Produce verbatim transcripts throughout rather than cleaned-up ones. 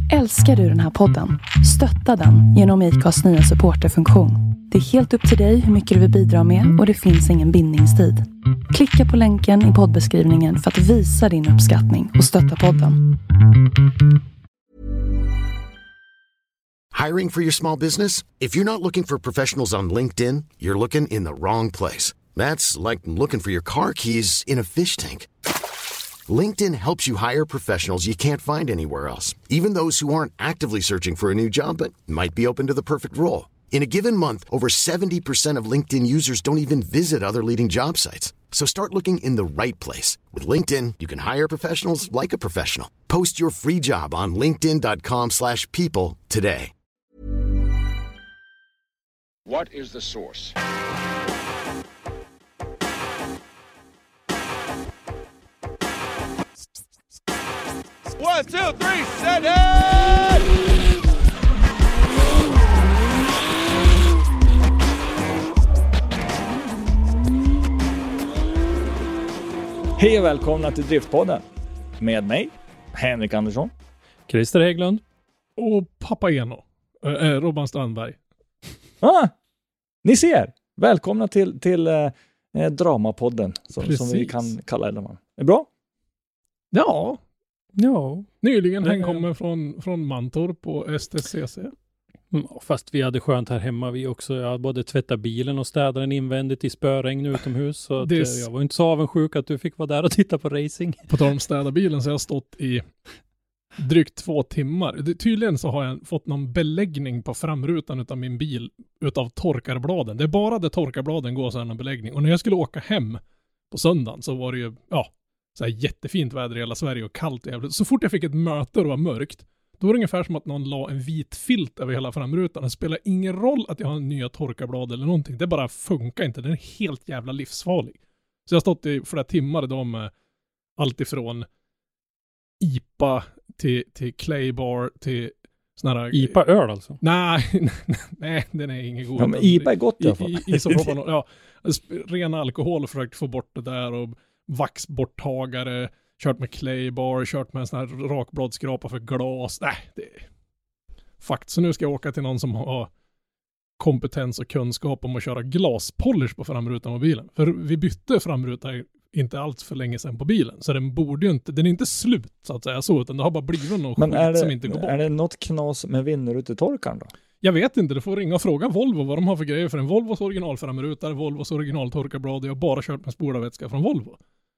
Älskar du den här podden? Stötta den genom I K As nya supporterfunktion. Det är helt upp till dig hur mycket du vill bidra med och det finns ingen bindningstid. Klicka på länken i poddbeskrivningen för att visa din uppskattning och stötta podden. Hiring for your small business? If you're not looking for professionals on LinkedIn, you're looking in the wrong place. That's like looking for your car keys in a fish tank. LinkedIn helps you hire professionals you can't find anywhere else, even those who aren't actively searching for a new job but might be open to the perfect role. In a given month, over seventy percent of LinkedIn users don't even visit other leading job sites. So start looking in the right place. With LinkedIn, you can hire professionals like a professional. Post your free job on linkedin dot com slash people today. What is the source? One, two, three, set it! Hej och välkomna till Driftpodden. Med mig, Henrik Andersson. Christer Hägglund. Och Pappa Eno. Äh, Robban Strandberg. Ah, ni ser. Välkomna till, till eh, Dramapodden. Som, som vi kan kalla det. Är det bra? Ja. Ja. Nyligen hemkommer från, från Mantorp på S T C C. Mm, fast vi hade skönt här hemma vi också. Jag hade både tvättat bilen och städat den invändigt i spöregn utomhus. Så att, är... jag var inte så avundsjuk att du fick vara där och titta på racing. På tal om städa bilen så har jag stått i drygt två timmar. Det, tydligen så har jag fått någon beläggning på framrutan utav min bil utav torkarbladen. Det är bara där torkarbladen går så här någon beläggning. Och när jag skulle åka hem på söndagen så var det ju, ja, så här jättefint väder i hela Sverige och kallt och jävligt. Så fort jag fick ett möte och det var mörkt, då var det ungefär som att någon la en vit filt över hela framrutan. Det spelar ingen roll att jag har nya torkarblad eller någonting. Det bara funkar inte. Den är helt jävla livsfarlig. Så jag har stått i flera timmar då med allt ifrån I P A till, till Claybar till såna här... I P A-öl alltså? Nej, nej, den är ingen god. Ja, men I P A är gott i alla fall. I, i, isopropan, ja, ren alkohol och försökt få bort det där och vaxborttagare, kört med Claybar, kört med en sån här rakbladskrapa för glas. Nej, det är fakt. Så nu ska jag åka till någon som har kompetens och kunskap om att köra glaspolish på framrutan på bilen. För vi bytte framruta inte allt för länge sedan på bilen. Så den borde ju inte, den är inte slut så att säga så, utan det har bara blivit någon Men skit är det, som inte går bort. är det något knas med vindrutetorkaren då? Jag vet inte, du får ringa och fråga Volvo vad de har för grejer för en Volvos originalframruta, Volvos originaltorkarblad. Jag har bara kört med spolarvätska från Volvo.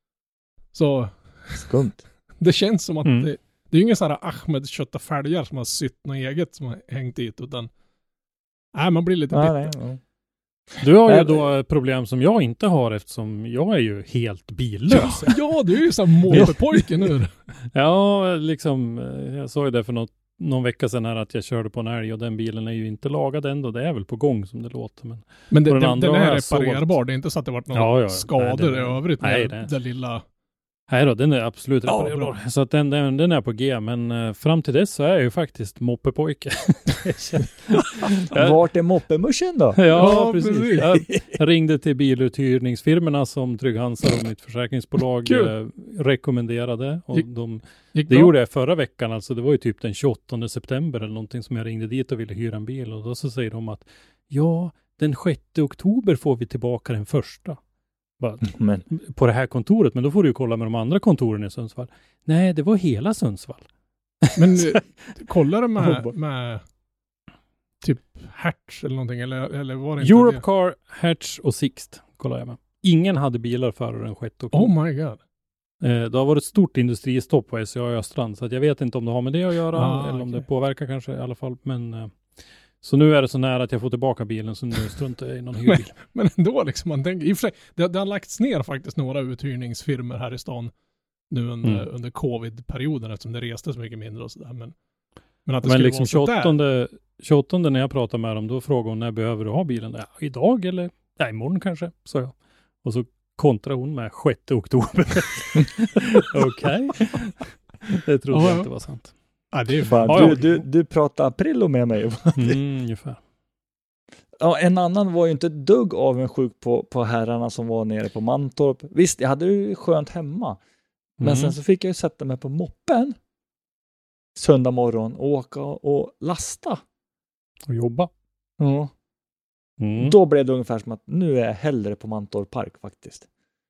Så skumt. Det känns som att mm. det, det är ju ingen sån här Ahmed kötta fälgar som har sytt något eget som har hängt dit, utan nej, man blir lite ah, bitter. nej, nej. Du har ju då problem som jag inte har eftersom jag är ju helt billös. Ja, ja du är ju så här målpojke nu. Ja, liksom jag sa ju det för något, någon vecka sedan här att jag körde på en älg och den bilen är ju inte lagad ändå. Det är väl på gång som det låter. Men, men det, den, den, andra den är sålt. reparerbar. Det är inte så att det varit några ja, ja. skador nej, i övrigt med nej, det. det lilla... Nej då, den är absolut ja, reparerbar. Så att den, den, den är på G. Men uh, fram till dess så är jag ju faktiskt moppepojke. Vart är moppemuschen då? Ja, ja precis. precis. Jag ringde till biluthyrningsfirmorna som Trygg-Hansa och mitt försäkringsbolag eh, rekommenderade. Och gick, de, gick det bra. gjorde jag förra veckan. Alltså det var ju typ den tjugoåttonde september eller någonting som jag ringde dit och ville hyra en bil. Och då så säger de att ja, den sjätte oktober får vi tillbaka den första. Bara, men. På det här kontoret, men då får du ju kolla med de andra kontoren i Sundsvall. Nej, det var hela Sundsvall. Men kollar du med, med typ Hertz eller någonting? Eller, eller var det inte Europe det? Car, Hertz och Sixt kollar jag med. Ingen hade bilar före den sjätte oktober. Oh my god. Eh, det har varit ett stort industristopp på S C A i Östrand, så att jag vet inte om det har med det att göra ah, eller om okay. det påverkar kanske i alla fall. Men eh, så nu är det så nära att jag får tillbaka bilen, så nu struntar jag i någon hyrbil. Men ändå liksom, man tänker, i och för sig, det, det har lagts ner faktiskt några uthyrningsfirmor här i stan nu under, mm. under covid-perioden eftersom det reste så mycket mindre och sådär. Men, men att det men skulle liksom vara tjugoåttonde, tjugoåttonde när jag pratar med dem, då frågar hon när behöver du ha bilen? Ja, idag eller? Ja, imorgon kanske, sa jag. Och så kontrar hon med sjätte oktober. Okej. Okay. Det trodde ja, jag inte var sant. Ja, det är fan. fan. Du, du, du pratar Aprillo med mig. Mm, ungefär. Ja, en annan var ju inte ett dugg avundsjuk på, på herrarna som var nere på Mantorp. Visst, jag hade ju skönt hemma. Men mm. sen så fick jag ju sätta mig på moppen. söndag morgon och åka och lasta. Och jobba. Ja. Mm. Då blev det ungefär som att nu är jag hellre på Mantorp Park faktiskt.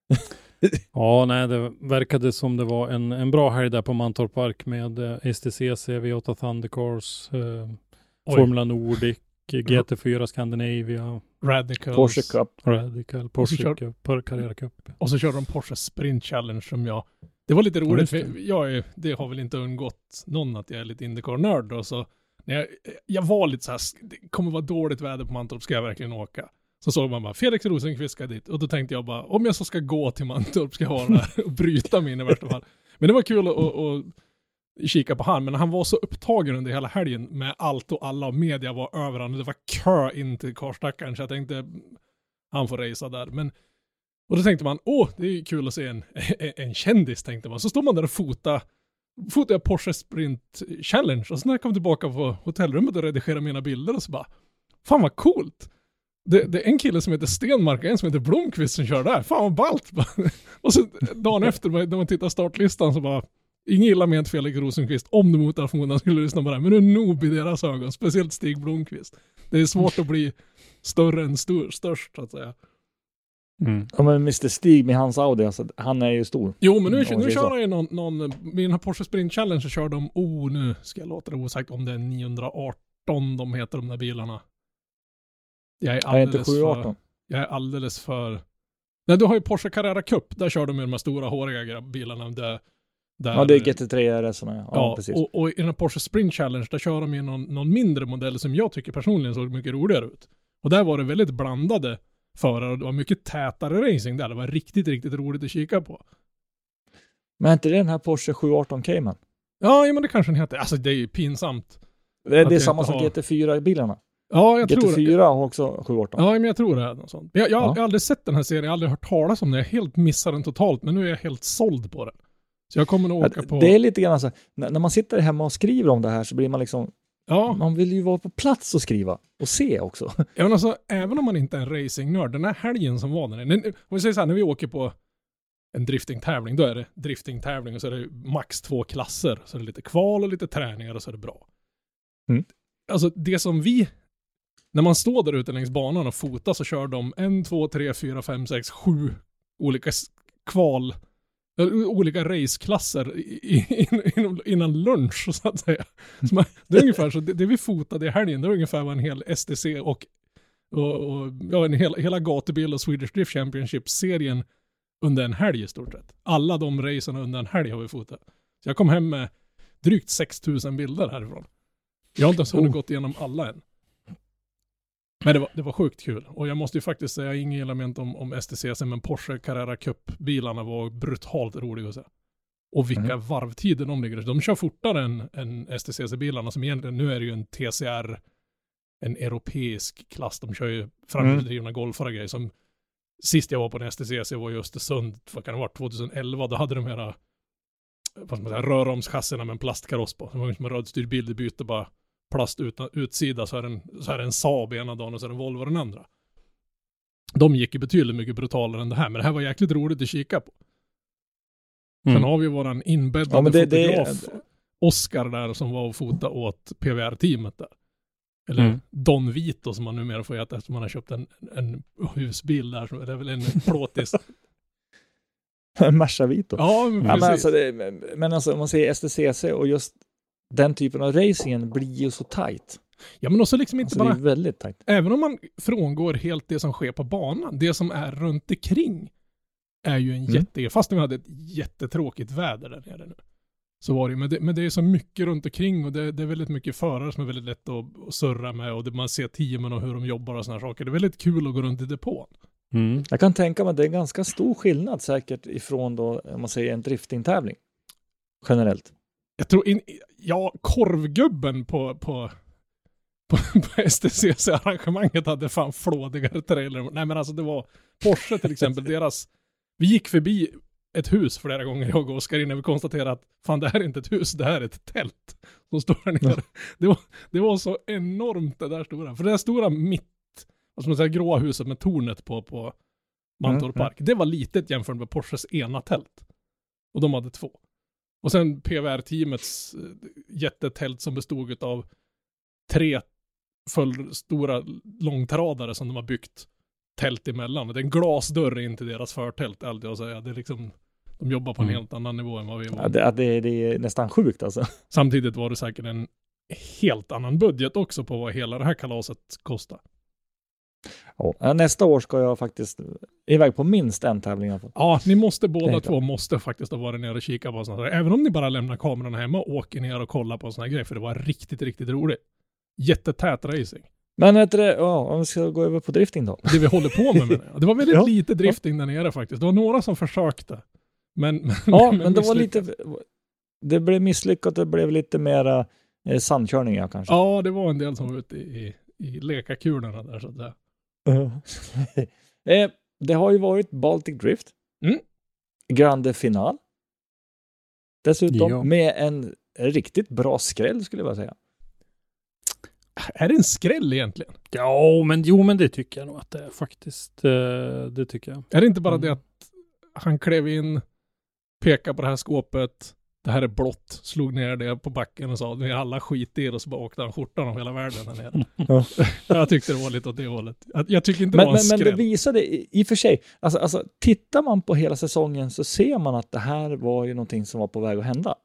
Ja, nej, det verkade som det var en, en bra helg där på Mantorp Park med eh, S T C C, V åtta Thundercars, eh, Formula Nordic, G T fyra Scandinavia, Radicals. Porsche Cup. Radical, Porsche kör- Cup, Carrera Cup. Och så körde de Porsche Sprint Challenge som jag... Det var lite roligt, just för det. jag är, det har väl inte undgått någon att jag är lite Indycar-nörd. Och så, när jag, jag var lite så här, det kommer vara dåligt väder på Mantorp, ska jag verkligen åka? Så såg man bara, Felix Rosenqvist ska dit. Och då tänkte jag bara, om jag så ska gå till Mantorp ska jag vara där och bryta min i värsta fall. Men det var kul att, att, att kika på han, men han var så upptagen under hela helgen med allt och alla, och media var över han, och det var kö in till karstackaren, så jag tänkte, han får racea där. Men och då tänkte man, åh, det är kul att se en, en kändis, tänkte man. Så står man där och fotar, fotar jag Porsche Sprint Challenge, och så när jag kom tillbaka på hotellrummet och redigerade mina bilder, och så bara, fan vad coolt. Det, det är en kille som heter Stenmark och en som heter Blomqvist som kör där. Fan vad ballt. Och så dagen efter, när man tittar startlistan, så bara, ingen illa med Felix Rosenqvist, om du mot förmodan skulle lyssna på det här, men nu är noob i deras ögon, speciellt Stig Blomqvist. Det är svårt att bli större än stor, störst, så att säga. Mm. Ja, men mister Stig med hans Audi, alltså, han är ju stor. Jo, men nu, Mm, nu om det är kör så. han ju någon, någon, med den här Porsche Sprint Challenge så kör de, oh nu ska jag låta det osagt om det är niohundraarton de heter, de där bilarna. Jag är Han är inte alldeles sju för, arton. jag är alldeles för, nej du har ju Porsche Carrera Cup, där kör de med de här stora håriga gra- bilarna. Där, där, Ja, det är G T tre R S-arna. Ja, ja, precis. och, och i den här Porsche Sprint Challenge, där kör de ju någon, någon mindre modell som jag tycker personligen såg mycket roligare ut. Och där var det väldigt blandade förare, och det var mycket tätare racing där. Det var riktigt, riktigt roligt att kika på. Men är inte det den här Porsche sju arton Cayman? Ja, men det kanske den heter. Alltså det är ju pinsamt. Det, Att det är jag samma inte som har- G T fyra-bilarna. Ja, jag G T tror fyra har också sju arton. Ja, men jag tror det är något sånt. Jag, jag, Ja. jag har aldrig sett den här serien, jag har aldrig hört talas om den. Jag helt missar den totalt, men nu är jag helt såld på den. Så jag kommer nog åka Ja, på... det är lite grann så här, när, när man sitter hemma och skriver om det här så blir man liksom, Ja, man vill ju vara på plats och skriva och se också. ja, men alltså, även om man inte är en racingnörd, den här helgen som var den, den, om vi säger så här, när vi åker på en driftingtävling, då är det driftingtävling och så är det max två klasser, så är det lite kval och lite träningar och så är det bra. Mm. Alltså det som vi, när man står där ute längs banan och fotar, så kör de en, två, tre, fyra, fem, sex, sju olika s- kval, olika raceklasser i- i- in- innan lunch, så att säga. Så man, det är ungefär så, det, det vi fotade i helgen, det är ungefär vad en hel S T C och, och, och ja, en hel, hela gatubil och Swedish Drift Championship-serien under en helg i stort sett. Alla de racerna under en helg har vi fotat. Så jag kom hem med drygt sex tusen bilder härifrån. Jag har inte ens hunnit Oh. gått igenom alla än. Men det var, det var sjukt kul. Och jag måste ju faktiskt säga, ingen element om, om S T C C, men Porsche Carrera Cup-bilarna var brutalt roliga att se. Och vilka Mm. varvtider de ligger. De kör fortare än, än S T C C-bilarna, som egentligen, nu är det ju en T C R, en europeisk klass. De kör ju framhjulsdrivna golfare grejer. Som sist jag var på en S T C C var i Östersund, vad kan det vara, tjugoelva. Då hade de här, vad ska man säga, röromschassierna med en plastkaross på. Det var som en rödstyrd bil, det byter bara plast ut, utsida, så är, en, så är det en Saab ena dagen och så är det en Volvo den andra. De gick ju betydligt mycket brutalare än det här, men det här var jäkligt roligt att kika på. Mm. Sen har vi våran inbäddade Ja, men det- det- fotograf, Oscar där, som var och fota åt P V R-teamet där. Eller Mm. Don Vito som man numera får heta, eftersom man har köpt en, en husbil där, som det är väl en plåtis. Merca Vito. Ja, men Ja, men, precis. alltså, det, men alltså om man säger S T C C och just den typen av racingen blir ju så tajt. Ja, men också liksom inte Alltså, bara, det är väldigt tajt. även om man frångår helt det som sker på banan, det som är runt omkring är ju en Mm. jätte, fast vi hade ett jättetråkigt väder där nere nu. Så var det, men det, men det är så mycket runt omkring, och det, det är väldigt mycket förare som är väldigt lätt att, att surra med, och det, man ser teamen och hur de jobbar och såna här saker. Det är väldigt kul att gå runt i depån. Mm. Jag kan tänka mig att det är en ganska stor skillnad säkert ifrån då, om man säger en driftingtävling. Generellt. Jag tror, in, ja, korvgubben på, på, på, på S T C C-arrangemanget hade fan flådigare trailer. Nej, men alltså det var Porsche till exempel, deras, vi gick förbi ett hus flera gånger, jag och Oskar, innan vi konstaterade att fan, det här är inte ett hus, det här är ett tält som står där nere. Det var, det var så enormt det där stora. För det där stora mitt, vad ska man säga, gråa huset med tornet på, på Mantorp Mm, Park, det var litet jämfört med Porsches ena tält. Och de hade två. Och sen P V R-teamets jättetält som bestod av tre full stora långtradare som de har byggt tält emellan. Det är en glasdörr in till deras förtält, allt jag säger. Det är liksom, de jobbar på en mm. helt annan nivå än vad vi var. Ja, det, det, det är nästan sjukt alltså. Samtidigt var det säkert en helt annan budget också på vad hela det här kalaset kostar. Ja, nästa år ska jag faktiskt iväg på minst en tävling. Ja, ni måste båda två måste faktiskt ha varit nere och kika på sådana här. Även om ni bara lämnar kameran hemma och åker ner och kollar på sådana här grejer, för det var riktigt, riktigt roligt. Jättetät racing. Men vet du det, ja, om vi ska gå över på drifting då. Det vi håller på med, med det. Det var väldigt ja. lite drifting där nere faktiskt. Det var några som försökte. Men, men, ja, men, men det var lite, det blev misslyckat, det blev lite mera eh, sandkörning ja, kanske. Ja, det var en del som var ute i, i, i lekakulorna där så att säga. eh, det har ju varit Baltic Drift. Mm. Grande final. Dessutom ja. med en riktigt bra skräll skulle jag bara säga. Är det en skräll egentligen? Ja, men jo, men det tycker jag nog att det är faktiskt. Det tycker jag. Är det inte bara mm. det att han klev in, pekade på det här skåpet, det här är blått, slog ner det på backen och sa vi är alla skit i, och så bara åkte han skjortan av hela världen här nere. Ja. Jag tyckte det var lite åt det hållet. Jag tycker inte men, det var en men, skräll. Men det visade i, i och för sig, alltså, alltså tittar man på hela säsongen så ser man att det här var ju någonting som var på väg att hända.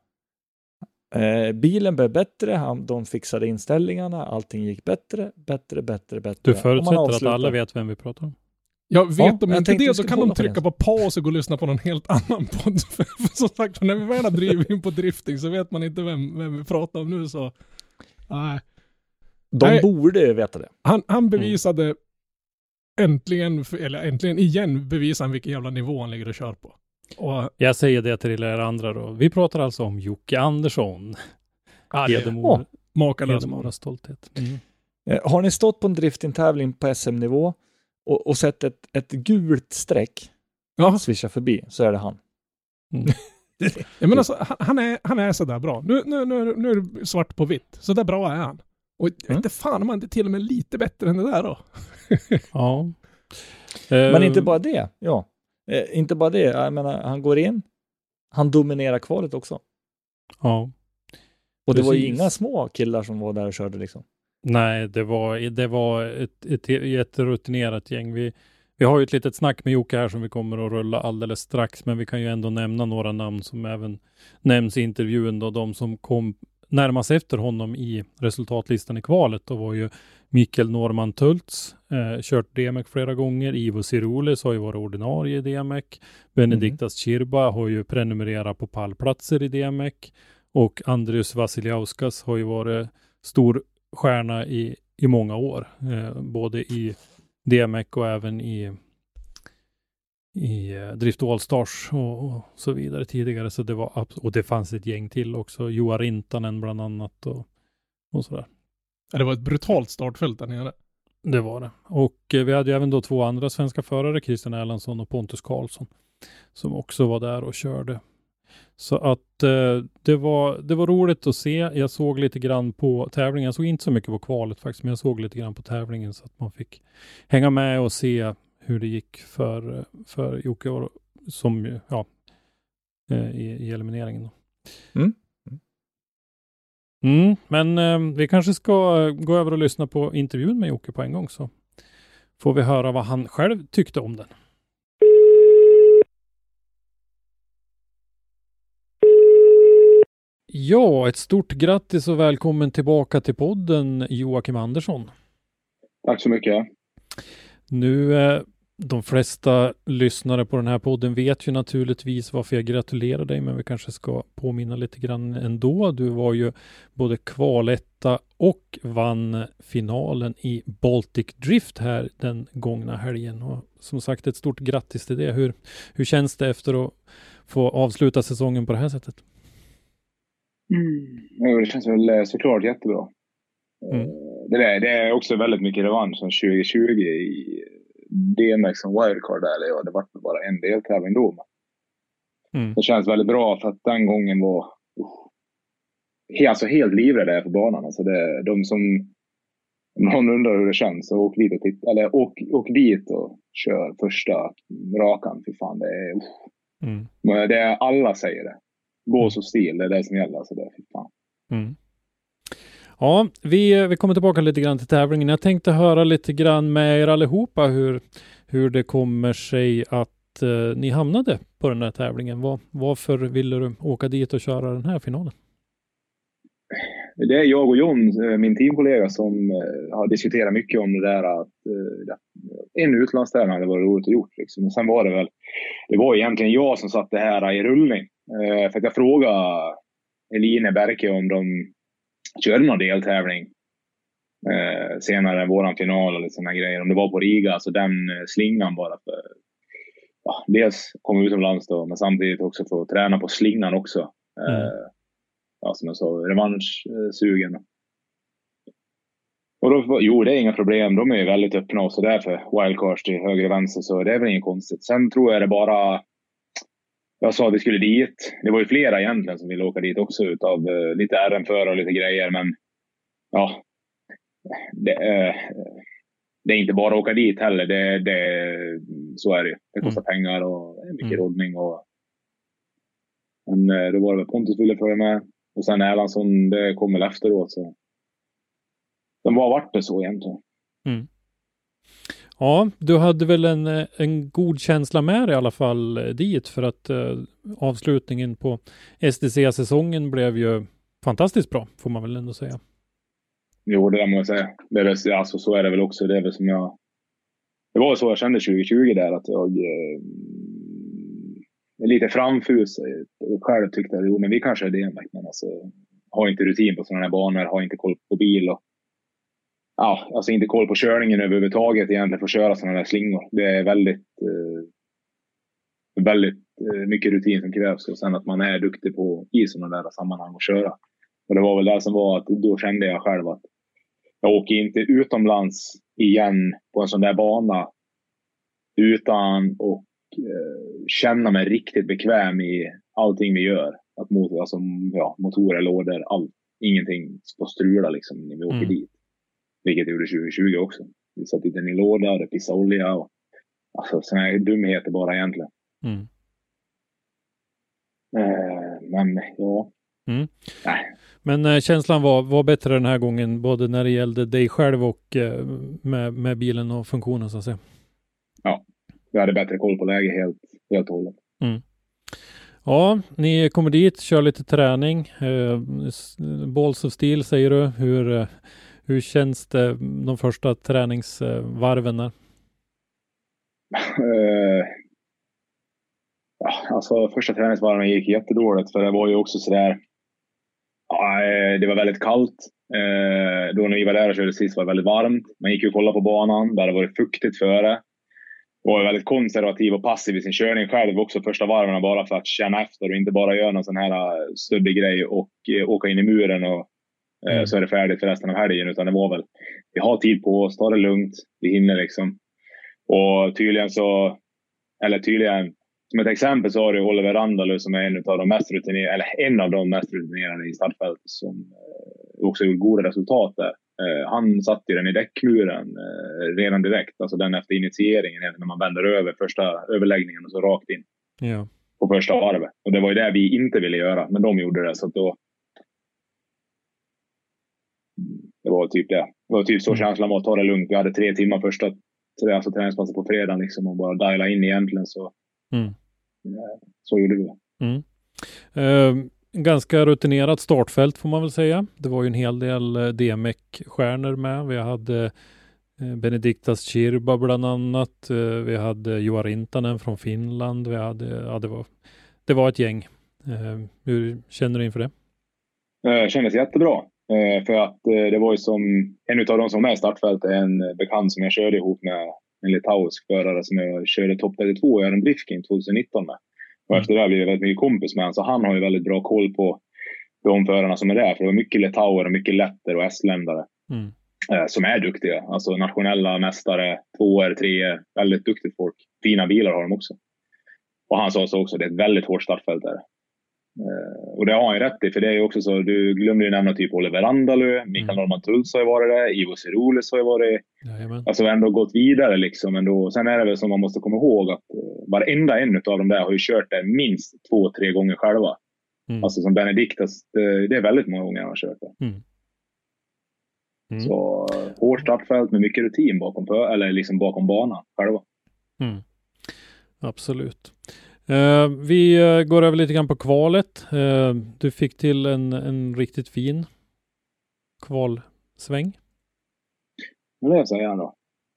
Eh, bilen blev bättre, han, de fixade inställningarna, allting gick bättre, bättre, bättre, bättre. Du förutsätter att alla vet vem vi pratar om? Ja, vet ja, de inte det så kan de trycka på paus och gå och lyssna på någon helt annan podd. För, för som sagt, när vi väl har drivit in på drifting så vet man inte vem, vem vi pratar om nu. Så nej. De nej. borde veta det. Han, han bevisade mm. äntligen, eller äntligen igen bevisade han vilken jävla nivå han ligger och kör på. Och, jag säger det till er andra då. Vi pratar alltså om Jocke Andersson. Ja, Hedemora, makalös Hedemora stolthet. Mm. Eh, har ni stått på en drifting-tävling på S M-nivå och, och sett ett, ett gult streck ja. swisha förbi, så är det han. Mm. Jag menar alltså, han, är, han är så där bra. Nu, nu, nu, nu är det svart på vitt. Så där bra är han. Och jag vet mm. inte fan om han inte till och med lite bättre än det där då. Ja. Men inte bara det. Ja. Eh, inte bara det. Jag menar, han går in. Han dominerar kvalet också. Ja. Och det Precis. var ju inga små killar som var där och körde liksom. Nej, det var, det var ett, ett jätterutinerat gäng. Vi, vi har ju ett litet snack med Jocke här som vi kommer att rulla alldeles strax, men vi kan ju ändå nämna några namn som även nämns i intervjun då. De som kom närmast efter honom i resultatlistan i kvalet, då var ju Mikael Norman Tultz, eh, kört D M E C flera gånger. Ivo Sirulis har ju varit ordinarie i D M E C. Benediktas mm. Chirba har ju prenumererat på pallplatser i D M E C. Och Andrius Vasiliauskas har ju varit stor stjärna i, i många år. Eh, både i D M E C och även i, i eh, Drift All-Stars och, och så vidare tidigare. Så det var, och det fanns ett gäng till också. Joa Rintanen bland annat och, och sådär. Ja, det var ett brutalt startfält där nere. Det var det. Och eh, vi hade ju även då två andra svenska förare, Christian Erlandsson och Pontus Karlsson, som också var där och körde. Så att eh, det, var, det var roligt att se. Jag såg lite grann på tävlingen. Jag såg inte så mycket på kvalet faktiskt, men jag såg lite grann på tävlingen så att man fick hänga med och se hur det gick för, för Jocke som, ja, i, i elimineringen. Då. Mm. Mm, men eh, vi kanske ska gå över och lyssna på intervjun med Jocke på en gång, så får vi höra vad han själv tyckte om den. Ja, ett stort grattis och välkommen tillbaka till podden, Joakim Andersson. Tack så mycket. Nu, eh, de flesta lyssnare på den här podden vet ju naturligtvis varför jag gratulerar dig, men vi kanske ska påminna lite grann ändå. Du var ju både kvaletta och vann finalen i Baltic Drift här den gångna helgen. Och som sagt, ett stort grattis till det. Hur, hur känns det efter att få avsluta säsongen på det här sättet? Mm. Det känns väl såklart jättebra. Mm. Det, där, det är också väldigt mycket revansch som tjugo tjugo i D M E C som wildcard där. Ja, det var bara en deltävling då. Mm. Det känns väldigt bra för att den gången var uh, alltså helt livrädda för banan. Alltså det, de som någon undrar hur det känns, så åk dit och titta, eller åk, åk dit och kör första rakan. Fy fan, det är uh. mm. det är, alla säger det. Gås och stil, det är det som gäller. Alltså det, fan. Mm. Ja, vi, vi kommer tillbaka lite grann till tävlingen. Jag tänkte höra lite grann med er allihopa hur, hur det kommer sig att eh, ni hamnade på den här tävlingen. Var, varför ville du åka dit och köra den här finalen? Det är jag och John, min teamkollega, som har diskuterat mycket om det där att uh, en utlandstävling hade varit roligt att gjort. Liksom. Och sen var det väl, det var egentligen jag som satt det här i rullning. Uh, för att jag frågade Eline Berke om de körde någon deltävling uh, senare, våran final och lite sådana grejer. Om det var på Riga, så den uh, slingan bara för ja, dels komma utomlands då, men samtidigt också få träna på slingan också. Mm. Uh, Ja, som jag sa, revanschsugen. Och då, jo, det är inga problem. De är ju väldigt öppna och så därför wildcards till höger och vänster, så det är väl inget konstigt. Sen tror jag det bara, jag sa att vi skulle dit. Det var ju flera egentligen som ville åka dit också, utav uh, lite R M-förare och lite grejer. Men ja, det, uh, det är inte bara att åka dit heller. Det, det, så är det. Det kostar mm. pengar och mycket mm. rådning. Och, men uh, då var det väl Pontus ville följa med. Och sen Erlandsson, det kom väl efteråt. Så. Den var vart det så egentligen. Mm. Ja, du hade väl en, en god känsla med dig i alla fall dit. För att uh, avslutningen på S D C-säsongen blev ju fantastiskt bra, får man väl ändå säga. Jo, det där må jag säga. Det är, alltså, så är det väl också. Det är väl som jag... Det var så jag kände tjugo tjugo där, att jag... Eh, lite framfus själv tyckte jag, jo men vi kanske är det, men alltså har inte rutin på sådana här banor, har inte koll på bil och ja, alltså inte koll på körningen överhuvudtaget egentligen för att köra sådana här slingor. Det är väldigt eh, väldigt eh, mycket rutin som krävs, och sen att man är duktig på i sådana där sammanhang och köra. Och det var väl det som var att då kände jag själv att jag åker inte utomlands igen på en sån där bana utan och känna mig riktigt bekväm i allting vi gör. Att motor, alltså, ja, motorer, lådor, allt. Ingenting ska strula liksom när vi åker mm. dit. Vilket jag gjorde tjugo tjugo också. Vi satt in i låda, det pissade olja och alltså såna här dumheter bara egentligen. Mm. Eh, men ja. Mm. Nej. Men eh, känslan var, var bättre den här gången, både när det gällde dig själv och eh, med, med bilen och funktionen så att säga. Ja. Vi hade bättre koll på läge helt, helt och hållet. Mm. Ja, ni kommer dit, kör lite träning. Eh, balls of steel säger du. Hur, hur känns det de första träningsvarven där? uh, ja, alltså första träningsvarven gick jättedåligt, för det var ju också sådär, ja, det var väldigt kallt. Uh, då när vi var där och körde sist var det väldigt varmt. Man gick ju och kollade på banan, där det var fuktigt före. Och var väldigt konservativ och passiv i sin körning själv också första varven, bara för att känna efter och inte bara göra någon sån här stöddig grej och eh, åka in i muren och eh, mm. så är det färdigt för resten av helgen, utan det var väl, vi har tid på oss, ta det lugnt, vi hinner liksom. Och tydligen så, eller tydligen, som ett exempel så har du Oliver Randalu som är en av de mest rutinerade, eller en av de mest rutinerade i startfältet, som eh, också gjort goda resultat där. Uh, han satt ju den i däckmuren uh, redan direkt, alltså den efter initieringen när man vänder över första överläggningen och så rakt in ja. På första varvet. Och det var ju det vi inte ville göra, men de gjorde det, så att då det var typ det. Det var typ så känslan var, att ta det lugnt. Vi hade tre timmar första alltså träningspasset på fredagen liksom, och bara diala in egentligen, så mm. ja, så gjorde vi det. Mm. Uh... Ganska rutinerat startfält får man väl säga. Det var ju en hel del D M E-stjärnor med. Vi hade Benediktas Chirba bland annat. Vi hade Joa Rintanen från Finland. Vi hade, ja, det, var, det var ett gäng. Hur känner du inför det? Det kändes jättebra. För att det var ju som en av de som är i startfältet, en bekant som jag körde ihop med, en litauisk förare som jag körde topp trettiotvå i en drifting tjugonitton med. Och efter det blev jag väldigt mycket kompis med honom. Så han har ju väldigt bra koll på de förarna som är där. För det var mycket litauer och mycket letter och estländare. Mm. Eh, som är duktiga. Alltså nationella mästare, tvåor, treor. Väldigt duktigt folk. Fina bilar har de också. Och han sa så också, det är ett väldigt hårt startfält där. Eh, och det har han ju rätt i. För det är ju också så, du glömde ju nämna typ Oliver Randalu. Mikael mm. Norman Tulls har ju varit där. Ivo Siroulis har ju varit. Jajamän. Alltså ändå gått vidare liksom ändå. Sen är det väl som man måste komma ihåg att uh, varenda en av dem där har ju kört det minst två, tre gånger själva. Mm. Alltså som Benediktas, det, det är väldigt många gånger jag har kört det. Mm. Mm. Så hårt startfält med mycket rutin bakom, eller liksom bakom banan själva. Mm. Absolut. Uh, vi uh, går över lite grann på kvalet. Uh, du fick till en, en riktigt fin kvalsväng. Det vill jag säga ändå.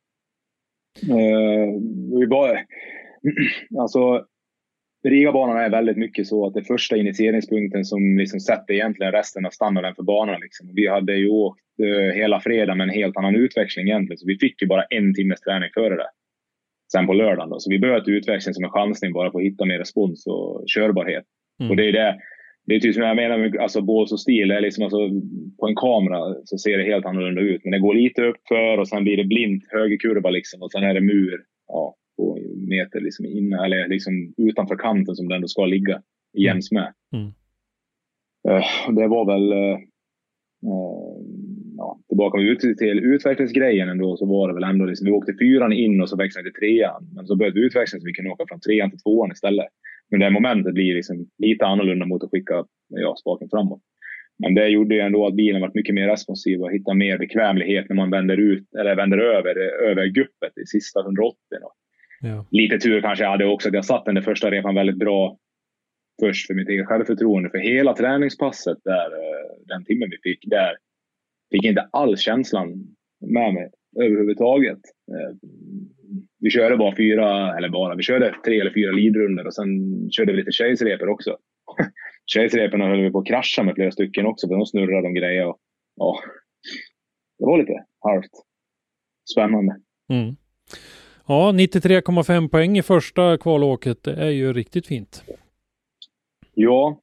Uh, vi bara, alltså Rigabanan är väldigt mycket så att det första initieringspunkten som liksom sätter egentligen resten av standarden för banan. Liksom. Vi hade ju åkt uh, hela fredag med en helt annan utväxling egentligen. Så vi fick ju bara en timmes träning före det. Sen på lördagen då. Så vi började utväxling som en chansning bara för att hitta mer respons och körbarhet. Mm. Och det är det. Det är typ som jag menar med alltså bås och stil. Det är liksom alltså, på en kamera så ser det helt annorlunda ut. Men det går lite upp för och sen blir det blint högerkurva liksom. Och sen är det mur. Ja. På meter liksom inne, eller liksom utanför kanten som den då ska ligga jäms med. Mm. Uh, det var väl uh, uh, ja, tillbaka ut till utvecklingsgrejen ändå, så var det väl ändå liksom, vi åkte fyran in och så växlade till trean, men så började utväxlingen så vi kunde åka från trean till tvåan istället. Men det momentet blir liksom lite annorlunda mot att skicka ja, spaken framåt. Men det gjorde ju ändå att bilen var mycket mer responsiv och hittade mer bekvämlighet när man vänder ut eller vänder över över guppet i sista hundraåttio då. Ja. Lite tur kanske jag hade också att jag satt den där första repan väldigt bra först för mitt eget självförtroende. För hela träningspasset där, den timmen vi fick där, fick inte alls känslan med mig överhuvudtaget. Vi körde bara fyra, eller bara, vi körde tre eller fyra leadrunder och sen körde vi lite tjejsreper också. Tjejsreperna höll vi på att krascha med flera stycken också för de snurrade de grejer och ja, det var lite halvt spännande. Mm. Ja, nittiotre komma fem poäng i första kvalåket, det är ju riktigt fint. Ja.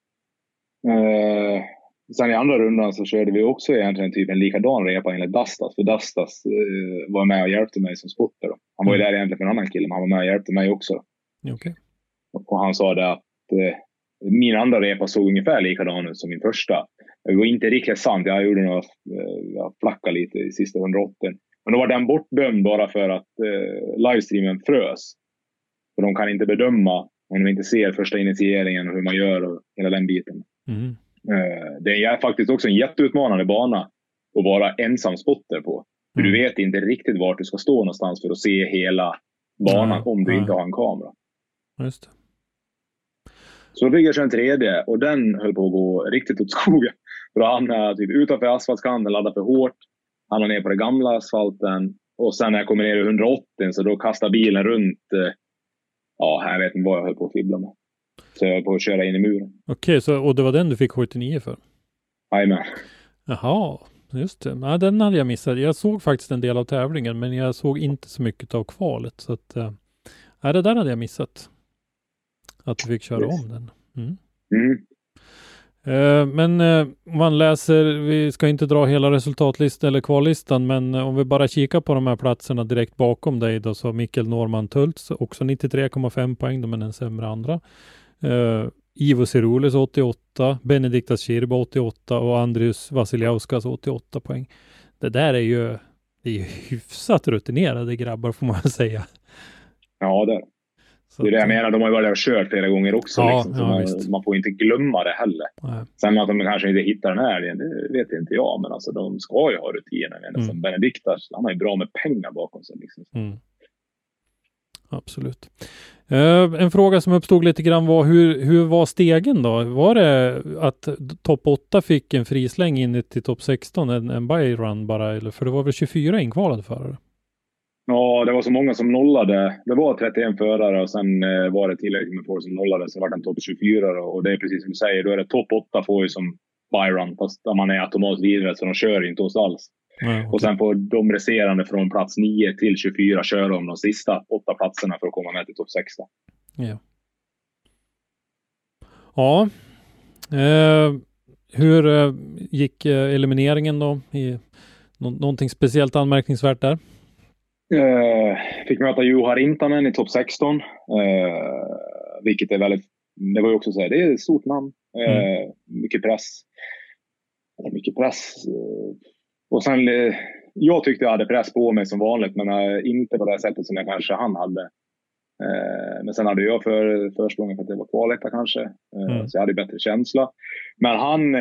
Eh, sen i andra rundan så körde vi också egentligen typ en likadan repa enligt Dastas. För Dastas eh, var med och hjälpte mig som spotter. Då. Han var ju där egentligen för en annan kille, men han var med och hjälpte mig också. Okay. Och han sa det att eh, min andra repa såg ungefär likadan ut som min första. Det var inte riktigt sant, jag gjorde några, eh, jag flackade lite i sista hundraåttio. Men då var den bortdömd bara för att eh, livestreamen frös. För de kan inte bedöma om de inte ser första initieringen och hur man gör och hela den biten. Mm. Eh, det är faktiskt också en jätteutmanande bana att vara ensam spotter på. För mm. du vet inte riktigt vart du ska stå någonstans för att se hela banan mm. om du mm. inte har en kamera. Just det. Så då fick jag köra en tredje och den höll på att gå riktigt åt skogen. För då hamnade jag typ utanför asfaltskanten, laddade för hårt. Han var ner på den gamla asfalten. Och sen när jag kommer ner i hundraåttio så då kastar bilen runt. Eh, ja, jag vet inte vad jag höll på att fibbla med. Så jag höll på att köra in i muren. Okej, så, och det var den du fick sjuttionio för? Jajamän. Jaha, just det. Nej, den hade jag missat. Jag såg faktiskt en del av tävlingen, men jag såg inte så mycket av kvalet. Så att, eh, nej, det där hade jag missat. Att du fick köra yes. om den. Mm. Mm. Uh, men uh, man läser, vi ska inte dra hela resultatlistan eller kvallistan, men uh, om vi bara kikar på de här platserna direkt bakom dig då, så Mikkel Norman Tultz också nittiotre komma fem poäng, då, men en sämre andra. Uh, Ivo Sirulis åttioåtta, Benediktas Kirba åttioåtta och Andrius Vasiliauskas åttioåtta poäng. Det där är ju, det är ju hyfsat rutinerade grabbar får man säga. Ja, det är det. Det är det jag menar, de har ju varit där och kört flera gånger också. Ja, liksom, så ja, man, man får inte glömma det heller. Nej. Sen att de kanske inte hittar den här, det vet inte jag. Men alltså, de ska ju ha rutiner. Mm. Som Benediktas, han har ju bra med pengar bakom sig. Liksom. Mm. Absolut. Uh, en fråga som uppstod lite grann var, hur, hur var stegen då? Var det att topp åtta fick en frisläng in till topp sexton, en, en byrun bara? Eller, för det var väl tjugofyra inkvalade förare? Ja, det var så många som nollade. Det var trettioen förare och sen eh, var det tillräckligt med folk som nollade. Så var det en topp tjugofyra då. Och det är precis som du säger, då är det topp åtta får ju som byrun. Fast man är automatiskt vidare så de kör inte oss alls. Mm, okay. Och sen får de resterande från plats nio till tjugofyra köra om de sista åtta platserna för att komma med till topp sexton. Ja. Ja. Eh, hur eh, gick eh, elimineringen då? I nå- någonting speciellt anmärkningsvärt där? Uh, fick möta Juha Rintanen i topp sexton. Uh, vilket är väldigt, det var ju också så här, det är ett stort namn. Uh, mm. Mycket press. Mycket press. Uh, och sen, uh, jag tyckte jag hade press på mig som vanligt, men uh, inte på det sättet som jag kanske han hade. Eh, men sen hade jag för, försprången för att det var kvaletta kanske. Eh, Mm. Så jag hade bättre känsla. Men han...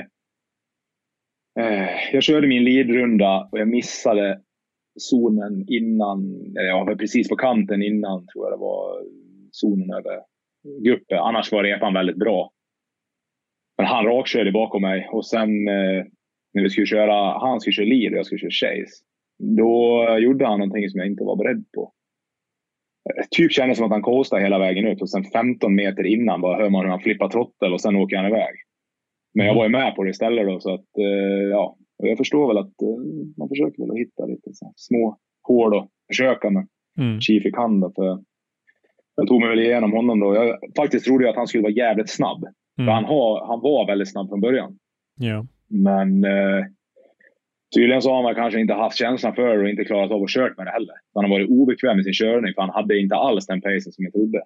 Eh, jag körde min leadrunda och jag missade zonen innan, eller jag var precis på kanten innan tror jag det var zonen över gruppen. Annars var repan väldigt bra. Men han rakkörde bakom mig och sen eh, när vi skulle köra, han skulle köra lead och jag skulle köra chase. Då gjorde han någonting som jag inte var beredd på. Eh, typ kändes som att han coastade hela vägen ut och sen femton meter innan bara hör man hur han flippar trottel och sen åker han iväg. Men jag var ju med på det istället då så att eh, ja, och jag förstår väl att eh, man försöker väl att hitta lite så små hål och försöka med Mm. Chief i kan för jag tog mig väl igenom honom då. Jag faktiskt trodde att han skulle vara jävligt snabb. Mm. För han, har, han var väldigt snabb från början. Ja. Men eh, tydligen så har man kanske inte haft känslan för det och inte klarat av att köra med det heller. Han har varit obekväm med sin körning för han hade inte alls den pacen som jag trodde.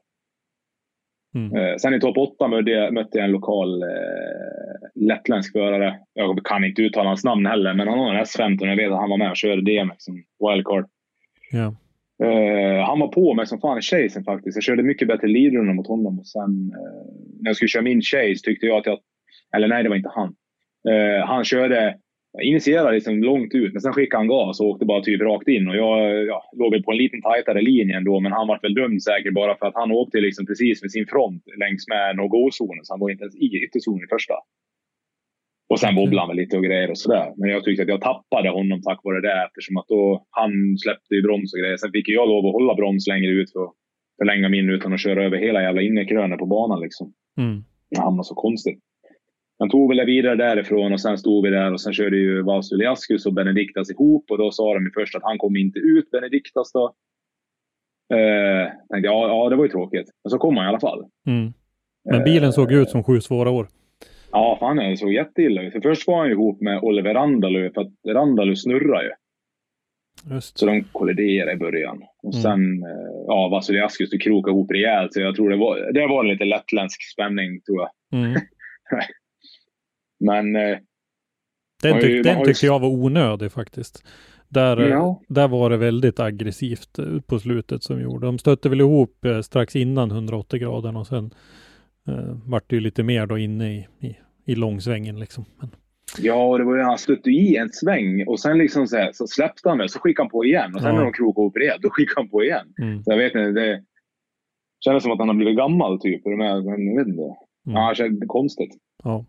Mm. Eh, sen i topp åtta mötte jag, mötte jag en lokal eh, lettländsk förare. Jag kan inte uttala hans namn heller, men han har en S femton. Jag vet att han var med och körde D M X som wildcard. Ja. Uh, han var på mig som fan i chasen faktiskt. Jag körde mycket bättre leadrunner mot honom. Och sen uh, när jag skulle köra min chase tyckte jag att jag... Eller nej, det var inte han. Uh, han körde... Initierade liksom långt ut. Men sen skickade han gas och åkte bara typ rakt in. Och jag ja, låg väl på en liten tajtare linje ändå. Men han var väl dum säker bara för att han åkte liksom precis med sin front längs med no-go-zonen. Så han var inte ens i ytterzonen i första. Och sen wobblade han väl lite och grejer och sådär. Men jag tyckte att jag tappade honom tack vare det. Eftersom att då han släppte i broms och grejer. Sen fick jag lov att hålla broms längre ut för att förlänga min utan att köra över hela jävla innerkrönen på banan liksom. Mm. Det hamnade så konstigt. Han tog väl vidare därifrån och sen stod vi där och sen körde ju Vasuliaskus och Benediktas ihop. Och då sa de ju först att han kom inte ut, Benediktas då. Eh, tänkte ja, ja, det var ju tråkigt. Men så kom han i alla fall. Mm. Men bilen såg ut som sju svåra år. Ja, fan det såg jätteilla ut. För först var han ihop med Oliver Randalu för att Randalu snurrar ju. Just. Så de kolliderade i början. Och Mm. sen, ja, Vasuliaskus du krokade ihop rejält. Så jag tror det var, det var en lite lättländsk spänning tror jag. Mm. Men... Eh, Den, tyck, ju, den ju... tyckte jag var onödig faktiskt. Där, ja. där var det väldigt aggressivt ut på slutet som gjorde. De stötte väl ihop eh, strax innan hundraåttio grader och sen eh, vart det ju lite mer då inne i, i, i långsvängen liksom. Men... Ja, det var ju han stötte i en sväng och sen liksom så, här, så släppte han väl så skickade han på igen och sen ja. när de krokade upp rejält då skickade han på igen. Mm. Så jag vet inte, det kändes som att han har blivit gammal typ. Men jag vet inte. Mm. Ja, det kändes konstigt. Ja.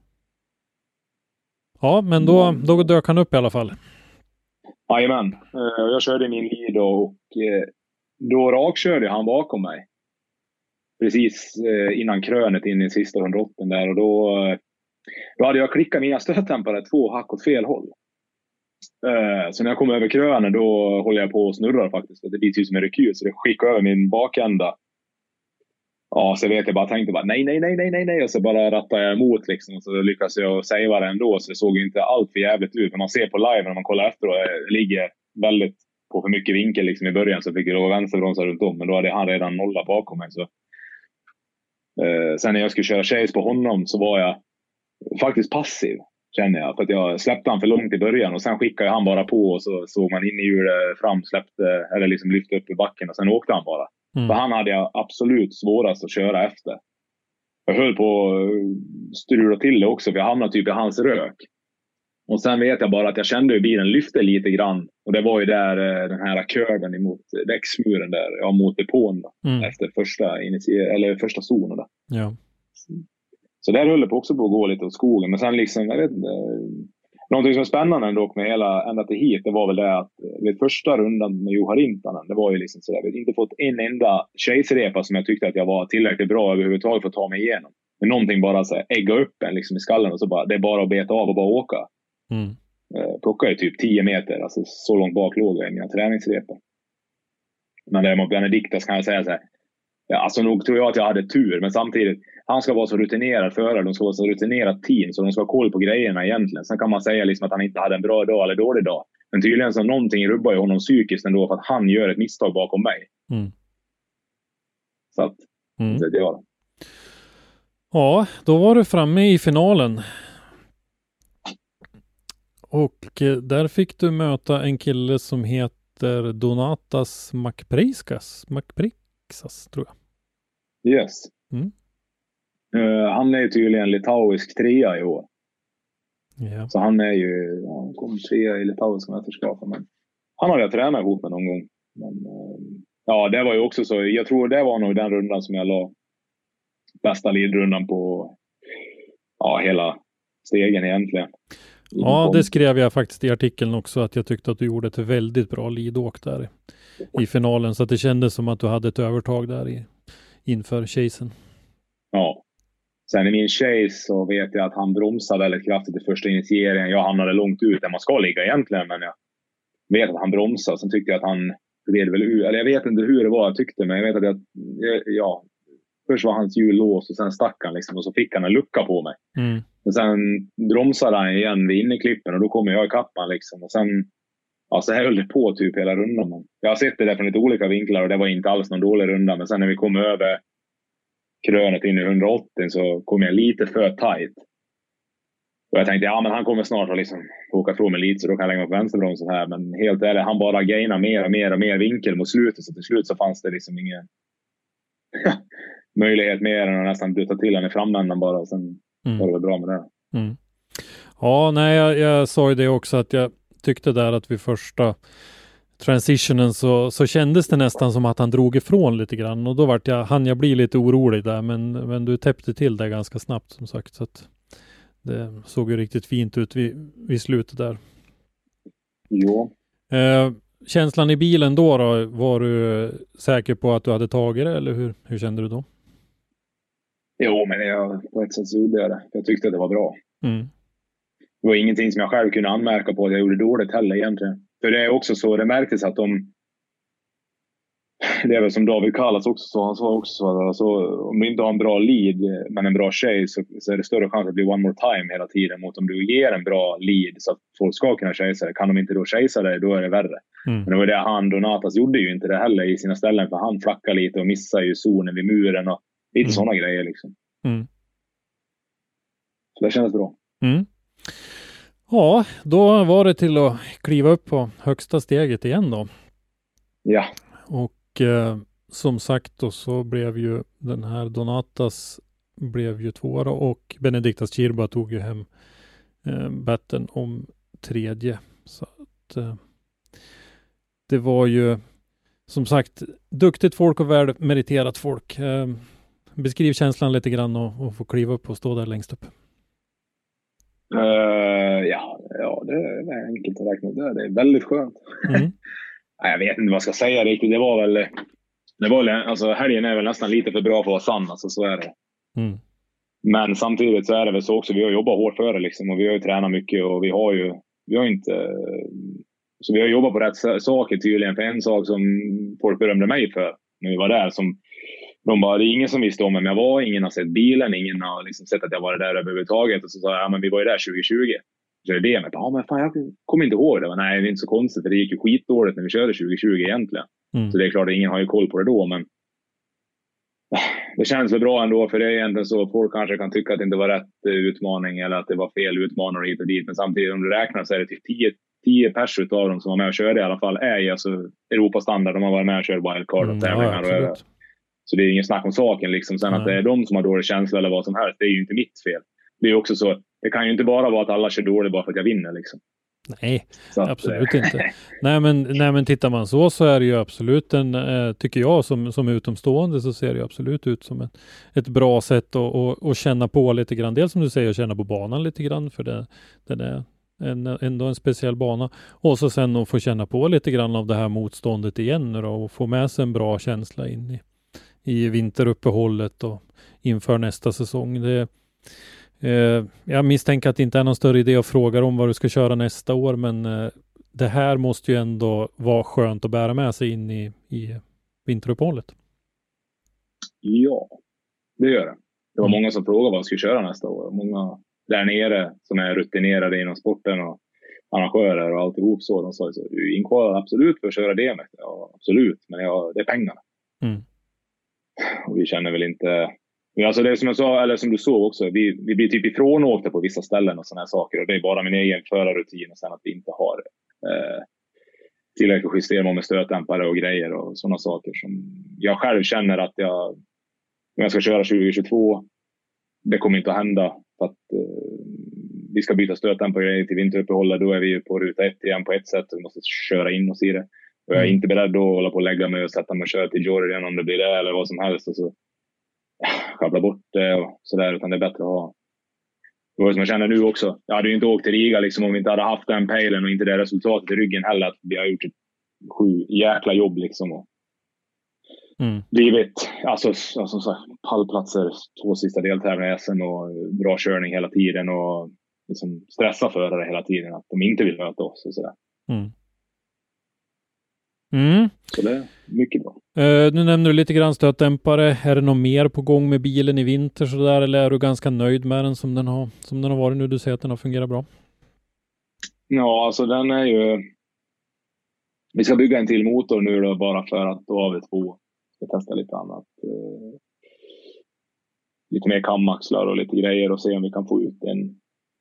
Ja, men då, då dök han upp i alla fall. Jajamän. Uh, jag körde min lead och uh, då rakkörde han bakom mig. Precis uh, innan krönet in i sista hundraåttio där. Och då, uh, då hade jag klickat mina stötdämpare två hack åt fel håll. Uh, så när jag kom över krönen då håller jag på och snurrar faktiskt. Det blir typ som en rekyl så det skickar över min bakända. Ja, så vet jag bara tänkte bara nej, nej, nej, nej, nej, nej. Och så bara rattade jag emot liksom. Och så lyckas jag savea det ändå. Så det såg ju inte allt för jävligt ut. När man ser på live när man kollar efter och det ligger väldigt på för mycket vinkel liksom i början. Så fick jag då vänsterbromsa runt om. Men då hade han redan nollat bakom mig. Så. Eh, sen när jag skulle köra chase på honom så var jag faktiskt passiv. Känner jag. För att jag släppte han för långt i början. Och sen skickade han bara på. Och så såg man in i hjulet fram. Släppte, eller liksom lyfte upp i backen. Och sen åkte han bara. Mm. För han hade jag absolut svårast att köra efter. Jag höll på att strula till det också. För jag hamnade typ i hans rök. Och sen vet jag bara att jag kände hur bilen lyfte lite grann. Och det var ju där den här kurven emot växtmuren där. Ja, mot depån då, mm. Efter första, initier- eller första zonen där. Ja. Så där höll det på också på att gå lite åt skogen. Men sen liksom, jag vet inte. Någonting som är spännande ändå med hela ända till hit, det var väl det att vid första rundan med Juha Rintanen, det var ju liksom sådär, vi hade inte fått en enda chase-repa som jag tyckte att jag var tillräckligt bra överhuvudtaget för att ta mig igenom. Men någonting bara så här, ägga upp en liksom i skallen och så bara, det är bara att beta av och bara åka. Mm. Eh, plocka ju typ tio meter, alltså så långt bak låg jag i mina träningsrepor. Men det mot Benediktas kan jag säga så här, ja, alltså nog tror jag att jag hade tur, men samtidigt han ska vara så rutinerad förare, de ska vara så rutinerat team så de ska ha koll på grejerna egentligen. Sen kan man säga liksom att han inte hade en bra dag eller dålig dag. Men tydligen så någonting rubbar ju honom psykiskt ändå för att han gör ett misstag bakom mig. Mm. Så att, mm. det var det. Ja, då var du framme i finalen. Och där fick du möta en kille som heter Donatas Makprixas, Makprixas tror jag. Yes. Mm. Uh, han är ju tydligen litauisk trea i år. Ja. Så han är ju, ja, han kom trea i litauiska mästerskapen. Men han har jag tränat ihop med någon gång. Men, uh, ja, det var ju också så. Jag tror det var nog den rundan som jag la bästa leadrundan på, ja, hela stegen egentligen. Ja, det skrev jag faktiskt i artikeln också, att jag tyckte att du gjorde ett väldigt bra leadåk där i, i finalen. Så att det kändes som att du hade ett övertag där i, inför chasen. Ja. Sen i min chase så vet jag att han bromsade väldigt kraftigt i första initieringen. Jag hamnade långt ut där man ska ligga egentligen, men jag vet att han bromsade. Sen tyckte jag att han gled väl ut. Eller jag vet inte hur det var jag tyckte, men jag vet att jag, ja, först var hans hjul låst och sen stack han liksom, och så fick han en lucka på mig. Mm. Och sen bromsade han igen vid inneklippen och då kommer jag i kappan liksom. Och sen, ja, så här höll det på typ hela rundan. Jag har sett det där från lite olika vinklar och det var inte alls någon dålig runda. Men sen när vi kom över krönet in i hundraåttio så kom jag lite för tight. Och jag tänkte, ja men han kommer snart att liksom åka från mig lite så då kan jag lägga mig på vänsterbromsen här. Men helt ärligt, han bara gainade mer och mer och mer vinkel mot slutet. Så till slut så fanns det liksom ingen möjlighet mer än att nästan dutta till han i framändan bara. Och sen mm. var det väl bra med det. Mm. Ja, nej, jag, jag sa ju det också att jag tyckte där att vid första transitionen så, så kändes det nästan som att han drog ifrån lite grann. Och då vart jag, han jag bli lite orolig där. Men, men du täppte till det ganska snabbt som sagt. Så att det såg ju riktigt fint ut vid, vid slutet där. Jo. Eh, känslan i bilen då, då? Var du säker på att du hade tagit det? Eller hur, hur kände du då? Jo, men jag, på ett sätt så gjorde jag det. Jag tyckte att det var bra. Mm. Det var ingenting som jag själv kunde anmärka på att jag gjorde dåligt heller egentligen. För det är också så, det märktes att de... Det är väl som David Kallas också sa, han sa också så, alltså, om du inte har en bra lead men en bra chase så, så är det större chans att det blir one more time hela tiden mot om du ger en bra lead så att folk ska kunna chasea det. Kan de inte då chasea det, då är det värre. Mm. Men det var det han, Donatas, gjorde ju inte det heller i sina ställen, för han flackade lite och missade ju zonen vid muren och lite mm. sådana grejer liksom. Mm. Så det kändes bra. Mm. Ja, då var det till att kliva upp på högsta steget igen då. Ja. Och eh, som sagt då så blev ju den här Donatas blev ju tvåa och Benediktas Kirba tog ju hem eh, batten om tredje. Så att eh, det var ju som sagt duktigt folk och väl meriterat folk. Eh, beskriv känslan lite grann och, och få kliva upp och stå där längst upp. Uh, ja, ja, det är enkelt att räkna det. Det är väldigt skönt. Mm. Jag vet inte vad jag ska säga riktigt. Det var väl, det var, alltså helgen är väl nästan lite för bra för att vara sann. Alltså, så är det. Mm. Men samtidigt så är det väl så också. Vi har jobbat hårt för det liksom. Och vi har ju tränat mycket. Och vi har ju, vi har inte... Så vi har jobbat på rätt saker tydligen. För en sak som folk berömde mig för när vi var där. Som de bara, det är ingen som visste om vem jag var. Ingen har sett bilen. Ingen har liksom sett att jag var där överhuvudtaget. Och så sa jag, ja men vi var ju där tjugo tjugo. Så är det det med, ja men fan jag kommer inte ihåg det. Men nej, det är inte så konstigt för det gick ju skitdåligt när vi körde tjugo tjugo egentligen. Mm. Så det är klart att ingen har ju koll på det då, men det känns väl bra ändå, för det är egentligen så folk kanske kan tycka att det inte var rätt utmaning eller att det var fel utmanare hit och dit. Men samtidigt om du räknar så är det typ tio pers utav dem som var med och körde i alla fall är ju alltså Europastandard. De har varit med och kört wildcard och tävlingar. Mm, ja, så det är ingen snack om saken liksom. Sen mm. att det är de som har dålig känsla eller vad som helst, det är ju inte mitt fel. Det är också så, det kan ju inte bara vara att alla kör dåligt bara för att jag vinner liksom. Nej, att, absolut inte. nej, men, nej men tittar man så så är det ju absolut en, eh, tycker jag som, som utomstående så ser det ju absolut ut som ett, ett bra sätt att, att, att känna på lite grann. Dels som du säger, känna på banan lite grann för det, den är en, ändå en speciell bana. Och så sen att få känna på lite grann av det här motståndet igen då, och få med sig en bra känsla in i, i vinteruppehållet och inför nästa säsong. Det Eh, jag misstänker att det inte är någon större idé att fråga om vad du ska köra nästa år, men eh, det här måste ju ändå vara skönt att bära med sig in i, i vinteruppehållet. Ja, det gör det. Det var mm. många som frågade vad jag skulle köra nästa år. Många där nere som är rutinerade inom sporten och arrangörer och alltihop så. De sa så, du inkvalar absolut för att köra det med. Ja, absolut, men ja, det är pengarna. Mm. Och vi känner väl inte... Ja, alltså det är som jag sa, eller som du såg också, vi, vi blir typ ifrånåkta på vissa ställen och sådana här saker. Och det är bara min egen förarrutin och sen att vi inte har eh, tillräckligt justeringar med stötdämpare och grejer och sådana saker som jag själv känner att jag Om jag ska köra tjugo tjugotvå, det kommer inte att hända. För att eh, vi ska byta stötdämpare på grejer till vinteruppehållet. Då är vi ju på ruta ett igen på ett sätt. Vi måste köra in oss i det. Och jag är inte beredd att hålla på att lägga mig och sätta mig och köra till Georgien om det blir det eller vad som helst. Och så schabbla bort det och sådär. Utan det är bättre att ha. Det var som jag känner nu också. Jag hade ju inte åkt till Riga liksom, om vi inte hade haft den pejlen och inte det resultatet i ryggen heller. Att vi har gjort ett sju jäkla jobb liksom. Och mm. blivit alltså, alltså, så, pallplatser, två sista deltävlingar i S M och bra körning hela tiden. Och liksom stressa förare hela tiden att de inte vill möta oss och sådär. Mm. Mm. Så det är mycket bra. Uh, nu nämner du lite grann stötdämpare. Är det något mer på gång med bilen i vinter så där, eller är du ganska nöjd med den som den har, som den har varit nu? Du säger att den har fungerat bra. Ja, alltså den är ju... Vi ska bygga en till motor nu då, bara för att då har vi två. Vi ska testa lite annat. Uh, lite mer kamaxlar och lite grejer och se om vi kan få ut en...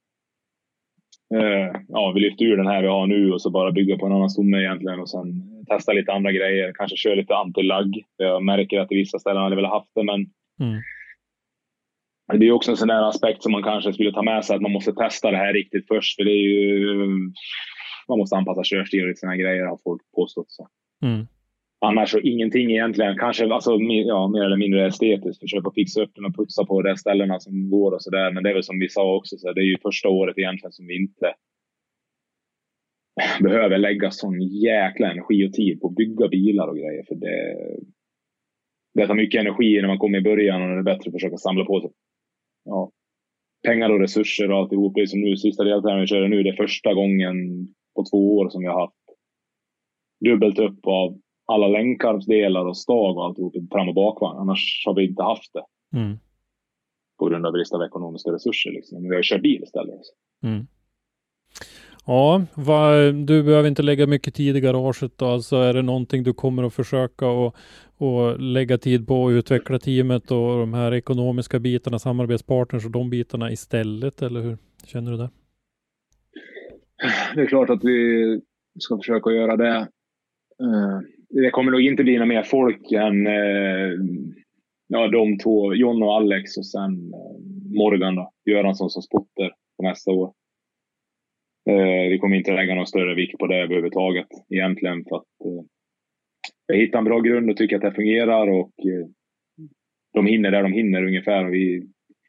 Uh, ja, vi lyfter ur den här vi har nu och så bara bygga på en annan stomme egentligen och sen testa lite andra grejer. Kanske köra lite antilagg. Jag märker att i vissa ställen hade väl haft det, men mm. det blir också en sån där aspekt som man kanske skulle ta med sig, att man måste testa det här riktigt först, för det är ju, man måste anpassa körstil och lite såna här grejer har folk påstått så. Mm. Annars så ingenting egentligen, kanske alltså, ja, mer eller mindre estetiskt, försöka fixa upp den och putsa på de ställena som går och sådär, men det är väl som vi sa också, så det är ju första året egentligen som vi inte behöver lägga sån jäkla energi och tid på att bygga bilar och grejer, för det det tar mycket energi när man kommer i början och det är bättre att försöka samla på sig ja, pengar och resurser och alltihop. Det är som nu, sista deltävlingen vi kör nu, det är första gången på två år som vi har haft dubbelt upp av alla länkarmsdelar och stag och alltihop fram- och bakvagn. Annars har vi inte haft det. Mm. På grund av brist av ekonomiska resurser liksom. Men vi har kört bil istället. Mm. Ja, vad, du behöver inte lägga mycket tid i garaget då. Alltså är det någonting du kommer att försöka och, och lägga tid på att utveckla teamet och de här ekonomiska bitarna, samarbetspartners och de bitarna istället, eller hur känner du det? Det är klart att vi ska försöka göra det. Det kommer nog inte bli några mer folk än ja, de två, John och Alex och sen Morgan då, Göransson som spotter på nästa år. Vi kommer inte lägga någon större vikt på det överhuvudtaget egentligen, för att jag hittar en bra grund och tycker att det fungerar och de hinner där de hinner ungefär. Och vi,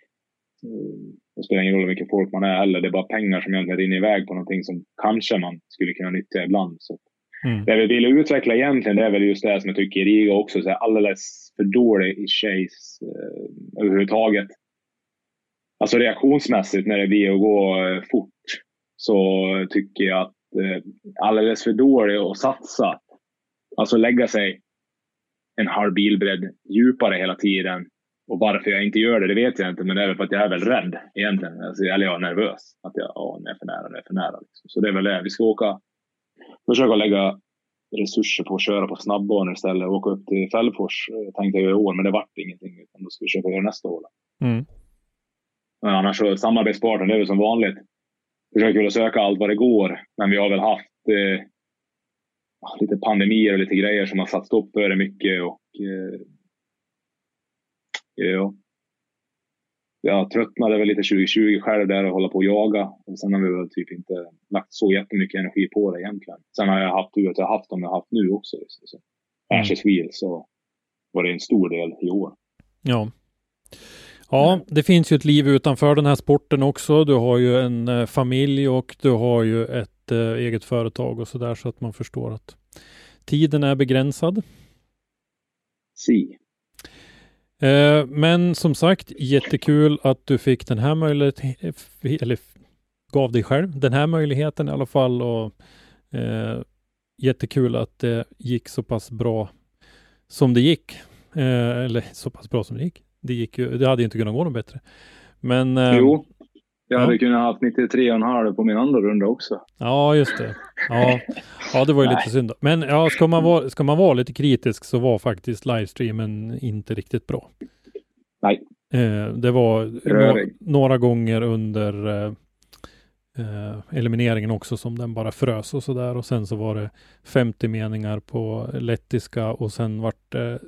det spelar ingen roll hur mycket folk man är heller, det är bara pengar som egentligen rinner iväg på någonting som kanske man skulle kunna nyttja ibland. Så mm. Det vi vill utveckla egentligen, det är väl just det som jag tycker i Riga också, så är alldeles för dålig i chase eh, överhuvudtaget. Alltså reaktionsmässigt när det blir att gå eh, fort, så tycker jag att eh, alldeles för dålig att satsa. Alltså lägga sig en halv bilbredd djupare hela tiden. Och varför jag inte gör det, det vet jag inte. Men det är väl för att jag är väl rädd egentligen. Alltså, eller jag är nervös. Att jag åh, är för nära, det är för nära. Liksom. Så det är väl det. Vi ska åka, försöka lägga resurser på att köra på snabbbanor istället. Åka upp till Fällfors tänkte jag i år, men det vart ingenting. Utan då ska vi försöka göra nästa år. Mm. Men annars så samarbetspartner, det är väl som vanligt. Försöker väl söka allt vad det går. Men vi har väl haft eh, lite pandemier och lite grejer som har satt stopp för det mycket. Och eh, ja. Jag tröttnade väl lite tjugo tjugo själv där och hålla på att jaga. Och sen har vi väl typ inte lagt så jättemycket energi på det egentligen. Sen har jag haft tur att jag har haft dem jag har haft nu också. Så Ashes Wheel, så var det en stor del i år. Ja. Ja, det finns ju ett liv utanför den här sporten också. Du har ju en eh, familj och du har ju ett eh, eget företag och sådär, så att man förstår att tiden är begränsad. Si. Eh, men som sagt, jättekul att du fick den här möjligheten, eller gav dig själv den här möjligheten i alla fall, och eh, jättekul att det gick så pass bra som det gick. Eh, eller så pass bra som det gick. Det, gick ju, det hade inte kunnat gå något bättre. Men, eh, jo, jag hade ja. kunnat ha haft nittiotre komma fem på min andra runda också. Ja, just det. Ja, ja det var ju lite synd. Men ja, ska man, vara, ska man vara lite kritisk så var faktiskt livestreamen inte riktigt bra. Nej. Eh, det var no- några gånger under eh, eh, elimineringen också som den bara frös och sådär. Och sen så var det femtio meningar på lettiska och sen vart det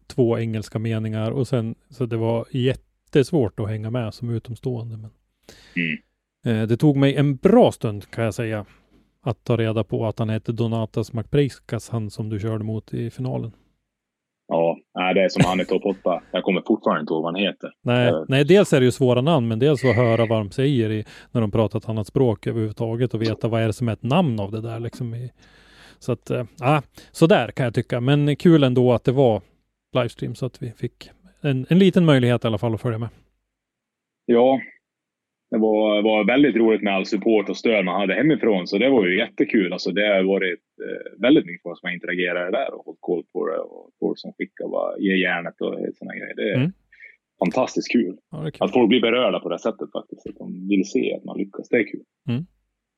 två engelska meningar och sen så det var jättesvårt att hänga med som utomstående. Men Mm. eh, det tog mig en bra stund kan jag säga att ta reda på att han hette Donatas Makpreiskas, han som du körde mot i finalen. Ja, nej, det är som han är topp åtta. Jag kommer fortfarande inte ihåg vad han heter. Nej, Uh, nej, dels är det ju svåra namn, men dels att höra vad de säger i, när de pratar ett annat språk överhuvudtaget och veta vad är det som är ett namn av det där liksom. I, så att, ja, äh, så där kan jag tycka. Men kul ändå att det var livestream så att vi fick en, en liten möjlighet i alla fall att följa med. Ja, det var, var väldigt roligt med all support och stöd man hade hemifrån. Så det var ju jättekul. Alltså det har varit eh, väldigt mycket folk som interagerade där och hållit koll på det. Och folk som skickar bara ge järnet och sådana grejer. Det är mm. fantastiskt kul. Ja, det är kul. Att folk blir berörda på det sättet faktiskt. Att de vill se att man lyckas. Det är kul. Mm.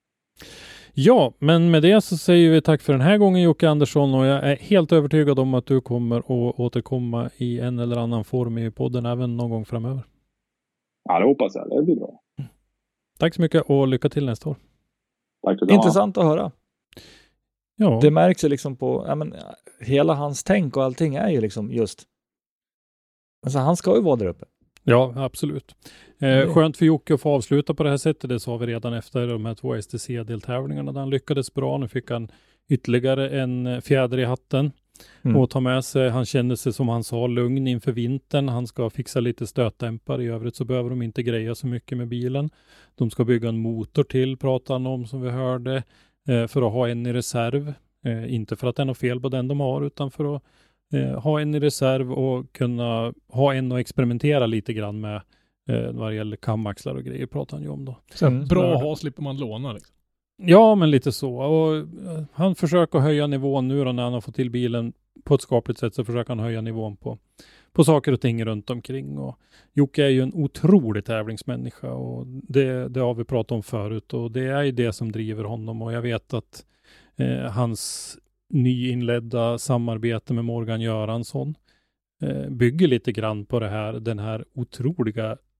Ja, men med det så säger vi tack för den här gången Jocke Andersson, och jag är helt övertygad om att du kommer att återkomma i en eller annan form i podden även någon gång framöver. Ja, det hoppas jag. Det blir bra. Mm. Tack så mycket och lycka till nästa år. Tack för det. Intressant att höra. Ja. Det märks ju liksom på, ja, men, hela hans tänk och allting är ju liksom just, alltså han ska ju vara där uppe. Ja, absolut. Eh, skönt för Jocke att få avsluta på det här sättet. Det sa vi redan efter de här två S T C-deltävlingarna där han lyckades bra. Nu fick han ytterligare en fjäder i hatten mm. och ta med sig. Han kände sig, som han sa, lugn inför vintern. Han ska fixa lite stötdämpare. I övrigt så behöver de inte greja så mycket med bilen. De ska bygga en motor till, pratar han om som vi hörde, eh, för att ha en i reserv. Eh, inte för att det är något fel på den de har, utan för att Eh, ha en i reserv och kunna ha en och experimentera lite grann med eh, vad det gäller kamaxlar och grejer pratar han ju om då. Mm. Bra att ha, slipper man låna liksom. Ja, men lite så. Och, eh, han försöker höja nivån nu då, när han har fått till bilen på ett skapligt sätt, så försöker han höja nivån på, på saker och ting runt omkring. Och Jocke är ju en otrolig tävlingsmänniska och det, det har vi pratat om förut, och det är ju det som driver honom, och jag vet att eh, hans nyinledda samarbete med Morgan Göransson eh, bygger lite grann på det här, den här otroliga eh,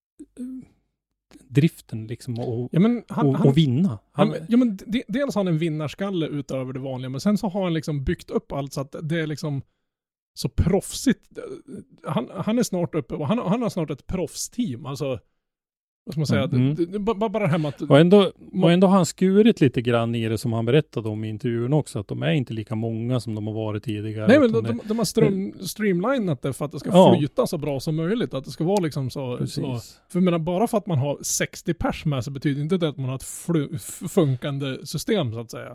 driften liksom och, ja, men han, och, han, och vinna. Han, ja, men de, dels har han en vinnarskalle utöver det vanliga, men sen så har han liksom byggt upp allt så att det är liksom så proffsigt. Han, han är snart uppe och han, han har snart ett proffsteam, alltså vad ska man säga, mm. det, det, bara, bara det här med att och ändå, och ändå har han skurit lite grann i det, som han berättade om i intervjun också, att de är inte lika många som de har varit tidigare. Nej, men de, det, de, de har ström, streamlinat det för att det ska ja. flyta så bra som möjligt, att det ska vara liksom så, så för jag menar, bara för att man har sextio pers med så betyder inte det att man har ett flu, funkande system så att säga.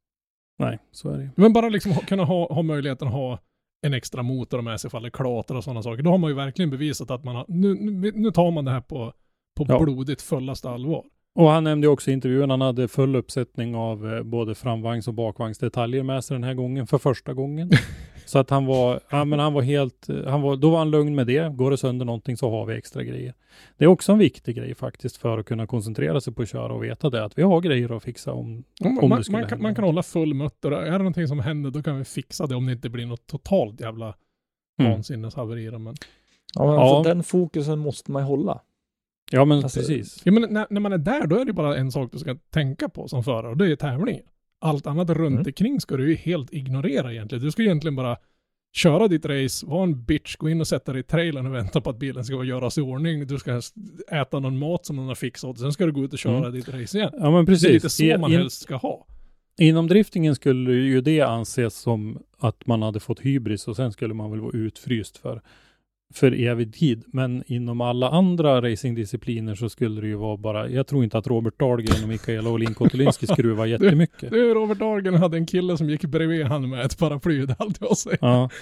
Nej, så är det. Men bara liksom ha, kunna ha, ha möjligheten att ha en extra motor med sig ifall det klatar och sådana saker. Då har man ju verkligen bevisat att man har, nu, nu, nu tar man det här på på ja. blodigt fullaste allvar. Och han nämnde också i intervjun, han hade full uppsättning av eh, både framvagns- och bakvagnsdetaljer med sig den här gången, för första gången. Så att han var, ja, men han var helt, han var, då var han lugn med det. Går det sönder någonting så har vi extra grejer. Det är också en viktig grej faktiskt för att kunna koncentrera sig på att köra och veta det, att vi har grejer att fixa om, ja, om man, det skulle man, kan, hända. man kan hålla full mutter. Är det någonting som händer, då kan vi fixa det om det inte blir något totalt jävla mm. vansinneshaveri. Men... Ja, men ja. den fokusen måste man hålla. Ja, men alltså, precis. Ja, men när, när man är där, då är det bara en sak du ska tänka på som förare, och det är tävlingen. Allt annat runt mm. omkring ska du ju helt ignorera egentligen. Du ska egentligen bara köra ditt race, vara en bitch, gå in och sätta dig i trailern och vänta på att bilen ska göras i ordning. Du ska äta någon mat som någon har fixat, sen ska du gå ut och köra mm. ditt race igen. Ja, men precis. Det är lite så I, man in, helst ska ha. Inom driftingen skulle ju det anses som att man hade fått hybris, och sen skulle man väl vara utfryst för för evig tid. Men inom alla andra racingdiscipliner så skulle det ju vara bara, jag tror inte att Robert Dahlgren och Mikaela Olin Kotulinski skruvar jättemycket. Du, Robert Dahlgren hade en kille som gick bredvid han med ett paraply, det alltid jag säger. Ja,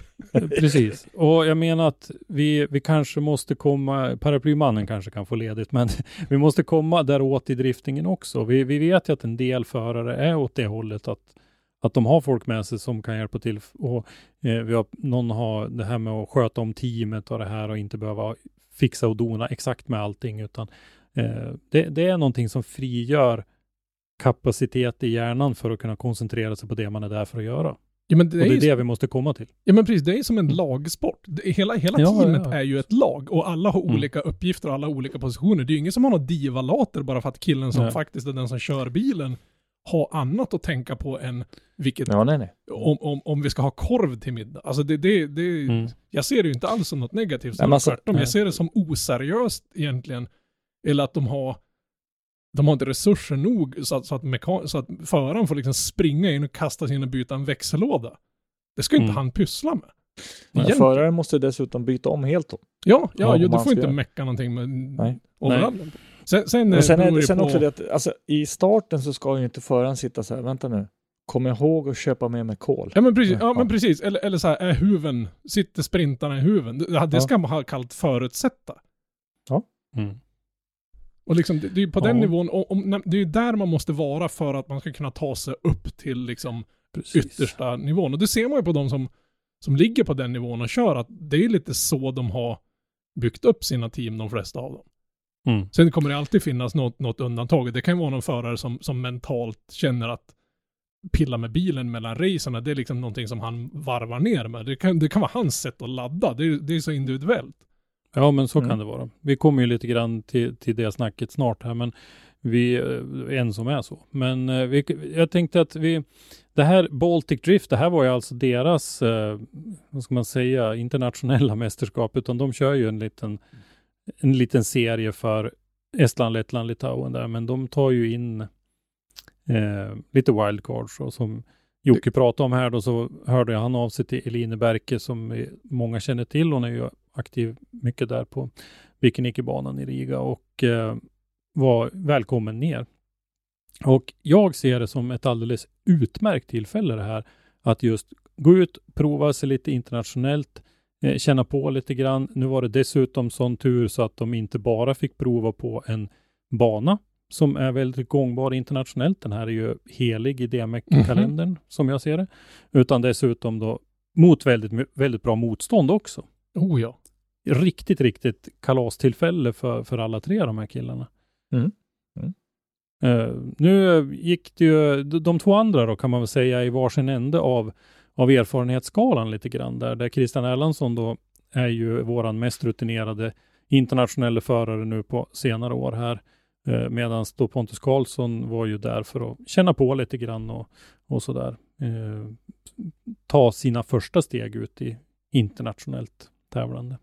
precis. Och jag menar att vi, vi kanske måste komma, paraplymannen kanske kan få ledigt, men vi måste komma däråt i driftingen också. Vi, vi vet ju att en del förare är åt det hållet att Att de har folk med sig som kan hjälpa till. Och eh, vi har, någon har det här med att sköta om teamet och det här och inte behöva fixa och dona exakt med allting. Utan eh, det, det är någonting som frigör kapacitet i hjärnan för att kunna koncentrera sig på det man är där för att göra. Ja, men det är, och det är ju, det vi måste komma till. Ja, men precis, det är som en lagsport. Det, hela hela ja, teamet ja, ja. är ju ett lag och alla har olika mm. uppgifter och alla olika positioner. Det är ju ingen som har några divalater bara för att killen som ja. faktiskt är den som kör bilen ha annat att tänka på än vilket, ja, nej, nej. Om, om, om vi ska ha korv till middag. Alltså det, det, det, mm. Jag ser det ju inte alls som något negativt. Nej, alltså, tvärtom. Jag ser det som oseriöst egentligen. Eller att de har de har inte resurser nog så att, så att, mekan- så att föraren får liksom springa in och kasta sig in och byta en växellåda. Det ska inte mm. han pyssla med. Ja, föraren måste dessutom byta om helt. Om. Ja, ja, ja ju, du får inte göra. mecka någonting med Nej. overallen. Sen, sen, sen är det sen på... också det att alltså, i starten så ska ju inte föraren sitta så här, vänta nu, kom ihåg att köpa med mig kol. Ja men precis, ja, men precis. Eller, eller så här, är huven, sitter sprintarna i huven. Det, det ska man ha kallt förutsätta. Ja. Mm. Och liksom, det, det är ju på ja. den nivån, och, om, det är ju där man måste vara för att man ska kunna ta sig upp till liksom yttersta nivån. Och det ser man ju på de som, som ligger på den nivån och kör, att det är lite så de har byggt upp sina team, de flesta av dem. Mm. Sen kommer det alltid finnas något, något undantag. Det kan ju vara någon förare som, som mentalt känner att pilla med bilen mellan racerna, det är liksom någonting som han varvar ner med. Det kan, det kan vara hans sätt att ladda. Det är, det är så individuellt. Ja, men så mm. kan det vara. Vi kommer ju lite grann till, till det snacket snart här, men vi är en som är så. Men eh, vi, jag tänkte att vi, det här Baltic Drift, det här var ju alltså deras, eh, vad ska man säga, internationella mästerskap, utan de kör ju en liten, en liten serie för Estland, Lettland, Litauen där, men de tar ju in eh, lite wildcards, och som Jocke pratade om här då, så hörde jag han av sig till Eline Berke som många känner till. Hon är ju aktiv mycket där på Bikinikibanan i Riga och eh, var välkommen ner. Och jag ser det som ett alldeles utmärkt tillfälle det här, att just gå ut, prova sig lite internationellt, eh, känna på lite grann. Nu var det dessutom sån tur så att de inte bara fick prova på en bana som är väldigt gångbar internationellt. Den här är ju helig i D M E-kalendern mm-hmm. som jag ser det. Utan dessutom då mot väldigt, väldigt bra motstånd också. Oh ja. Riktigt, riktigt kalastillfälle för, för alla tre av de här killarna. Mm. Mm. Uh, nu gick det ju, de, de två andra då kan man väl säga i varsin ände av, av erfarenhetsskalan lite grann. Där, där Christian Erlandsson då är ju våran mest rutinerade internationella förare nu på senare år här. Uh, Medan då Pontus Karlsson var ju där för att känna på lite grann och, och sådär. Uh, ta sina första steg ut i internationellt tävlande.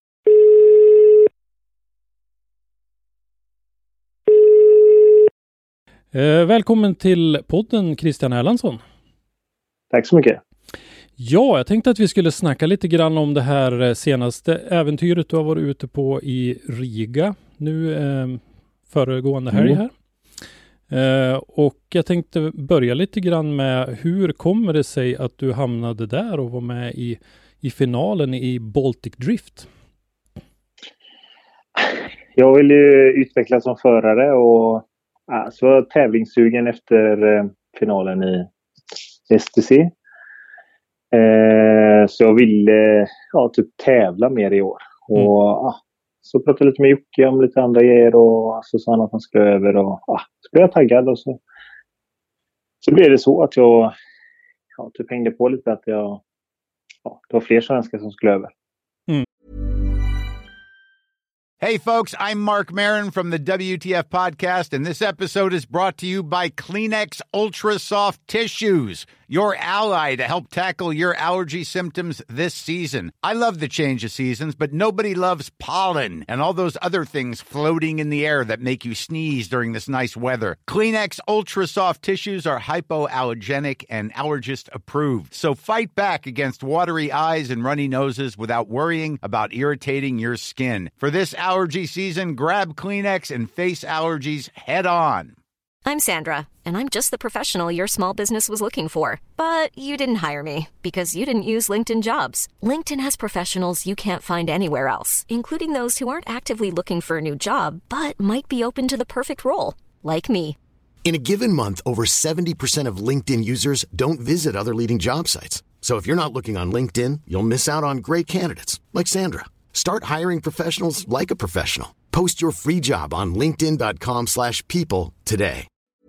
Eh, välkommen till podden Christian Erlandsson. Tack så mycket. Ja, jag tänkte att vi skulle snacka lite grann om det här senaste äventyret du har varit ute på i Riga nu eh, föregående helg här. Mm. Eh, och jag tänkte börja lite grann med hur kommer det sig att du hamnade där och var med i, i finalen i Baltic Drift? Jag vill ju utvecklas som förare och alltså, var tävlingssugen efter eh, finalen i S T C. Eh, så jag ville ja, typ tävla mer i år. Och mm. ah, så pratade jag lite med Jocke om lite andra grejer och så sa han att han skulle över och ah, så blev jag taggad och så, så blev det så att jag ja, typ hängde på lite att jag ja, det var fler svenskar som skulle över. Mm. Hey folks, I'm Mark Maron from the W T F podcast, and this episode is brought to you by Kleenex Ultra Soft Tissues, your ally to help tackle your allergy symptoms this season. I love the change of seasons, but nobody loves pollen and all those other things floating in the air that make you sneeze during this nice weather. Kleenex Ultra Soft Tissues are hypoallergenic and allergist approved, so fight back against watery eyes and runny noses without worrying about irritating your skin. For this allergy season, grab Kleenex and face allergies head on. I'm Sandra, and I'm just the professional your small business was looking for. But you didn't hire me because you didn't use LinkedIn Jobs. LinkedIn has professionals you can't find anywhere else, including those who aren't actively looking for a new job, but might be open to the perfect role, like me. In a given month, over seventy percent of LinkedIn users don't visit other leading job sites. So if you're not looking on LinkedIn, you'll miss out on great candidates like Sandra. Start hiring professionals like a professional. Post your free job on linkedin dot com slash people today.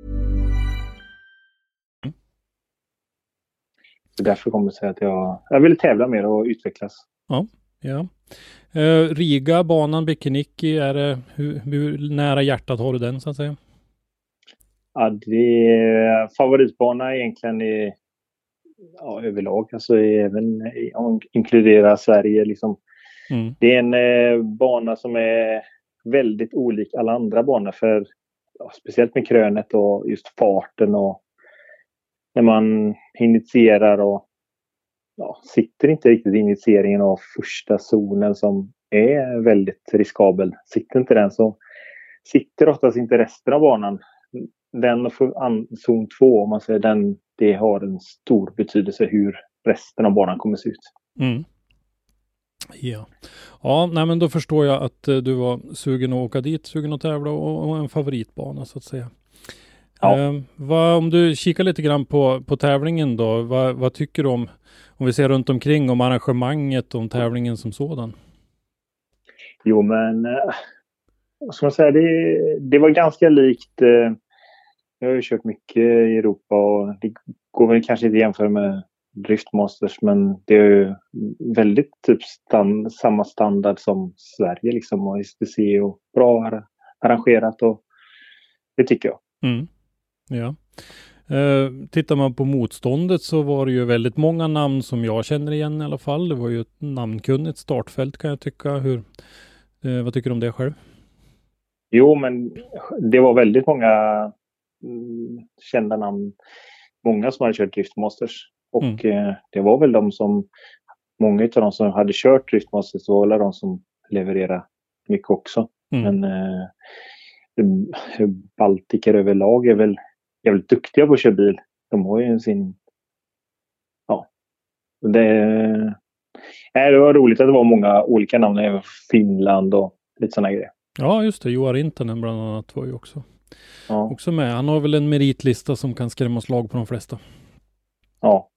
Därför kommer jag säga att jag, jag vill tävla mer och utvecklas. Ja, ja. Uh, Riga, banan Bikiniki, är det, hur, hur nära hjärtat har du den så att säga? Ja, det är favoritbana egentligen i, ja, överlag. Alltså även om inkluderar Sverige. Liksom. Mm. Det är en eh, bana som är väldigt olik alla andra banor. För, ja, speciellt med krönet och just farten. Och när man initierar och ja, sitter inte riktigt i initieringen av första zonen som är väldigt riskabel. Sitter inte den så sitter oftast inte resten av banan. Den och zon två, om man säger den, det har en stor betydelse hur resten av banan kommer se ut. Mm. Ja, ja nej, men då förstår jag att uh, du var sugen att åka dit, sugen att tävla och, och en favoritbana så att säga. Ja. Uh, vad, om du kikar lite grann på, på tävlingen då, vad, vad tycker du om, om vi ser runt omkring, om arrangemanget, om tävlingen som sådan? Jo, men uh, vad ska man säga, det, det var ganska likt. Uh, jag har ju kört mycket i Europa och det går väl kanske inte jämföra med Driftmasters, men det är ju väldigt typ stand, samma standard som Sverige liksom, och S T C och bra arrangerat, och det tycker jag. Mm. Ja. Uh, tittar man på motståndet så var det ju väldigt många namn som jag känner igen i alla fall. Det var ju ett namnkunnigt startfält kan jag tycka. Hur, uh, vad tycker du om det själv? Jo, men det var väldigt många mm, kända namn. Många som hade kört Driftmasters. Och mm. eh, det var väl de som, många av de som hade kört Driftmasters var väl de som levererade mycket också. Mm. Men eh, Baltiker överlag är väl jävligt duktiga på att köra bil. De har ju sin, ja, det, nej, det var roligt att det var många olika namn, även Finland och lite sådana grejer. Ja, just det. Joar Rintanen bland annat var ju också, ja. också med. Han har väl en meritlista som kan skrämma slag på de flesta. Ja.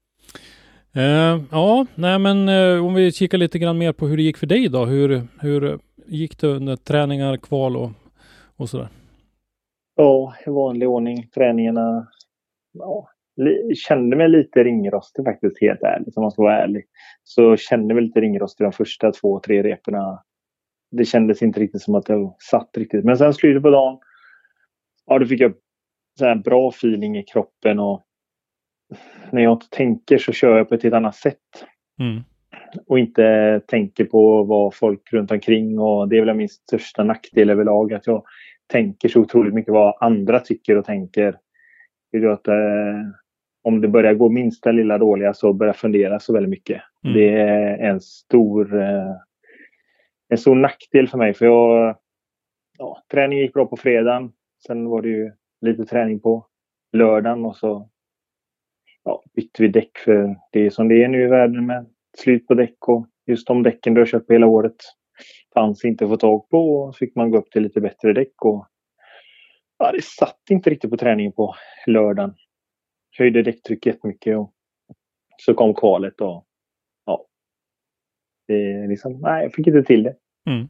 Uh, ja, nej men uh, om vi kikar lite grann mer på hur det gick för dig då. Hur, hur gick det under träningar, kval och, och sådär? Ja, i vanlig ordning. Träningarna, ja, li- kände mig lite ringrostig faktiskt, helt ärligt. Om man ska vara ärlig. Så kände mig lite ringrostig de första två, tre reporna. Det kändes inte riktigt som att jag satt riktigt. Men sen slutet på dagen, ja, då fick jag så här bra feeling i kroppen, och när jag inte tänker så kör jag på ett helt annat sätt. Mm. Och inte tänker på vad folk runt omkring, och det är väl min största nackdel överlag, att jag tänker så otroligt mycket vad andra tycker och tänker. Det gör att eh, om det börjar gå minsta lilla dåliga så börjar jag fundera så väldigt mycket. Mm. Det är en stor eh, en stor nackdel för mig, för jag, ja, träningen gick bra på fredagen. Sen var det ju lite träning på lördagen, och så ja, bytte vi däck, för det är som det är nu i världen med slut på däck, och just de däcken du har köpt på hela året fanns inte att få tag på, och så fick man gå upp till lite bättre däck, och ja, det satt inte riktigt på träningen på lördagen. Höjde däcktryck jättemycket, och så kom kvalet, och ja, det är liksom, nej, jag fick inte till det. Mm.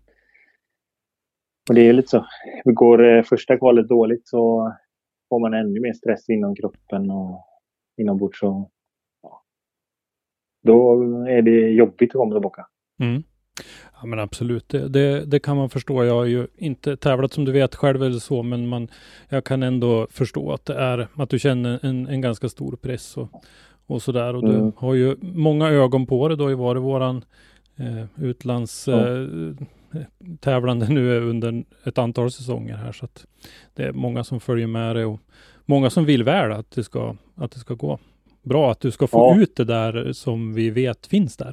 Och det är lite så, går första kvalet dåligt så får man ännu mer stress inom kroppen och inombords, så ja, då är det jobbigt att komma tillbaka. Mm. Ja, men absolut, det, det, det kan man förstå. Jag har ju inte tävlat som du vet själv eller så, men man, jag kan ändå förstå att det är, att du känner en, en ganska stor press och, och sådär, och mm. du har ju många ögon på det. Du har ju varit våran eh, utlands eh, tävlande nu under ett antal säsonger här, så att det är många som följer med det, och många som vill väl att det ska, att det ska gå bra, att du ska få ja. ut det där som vi vet finns där.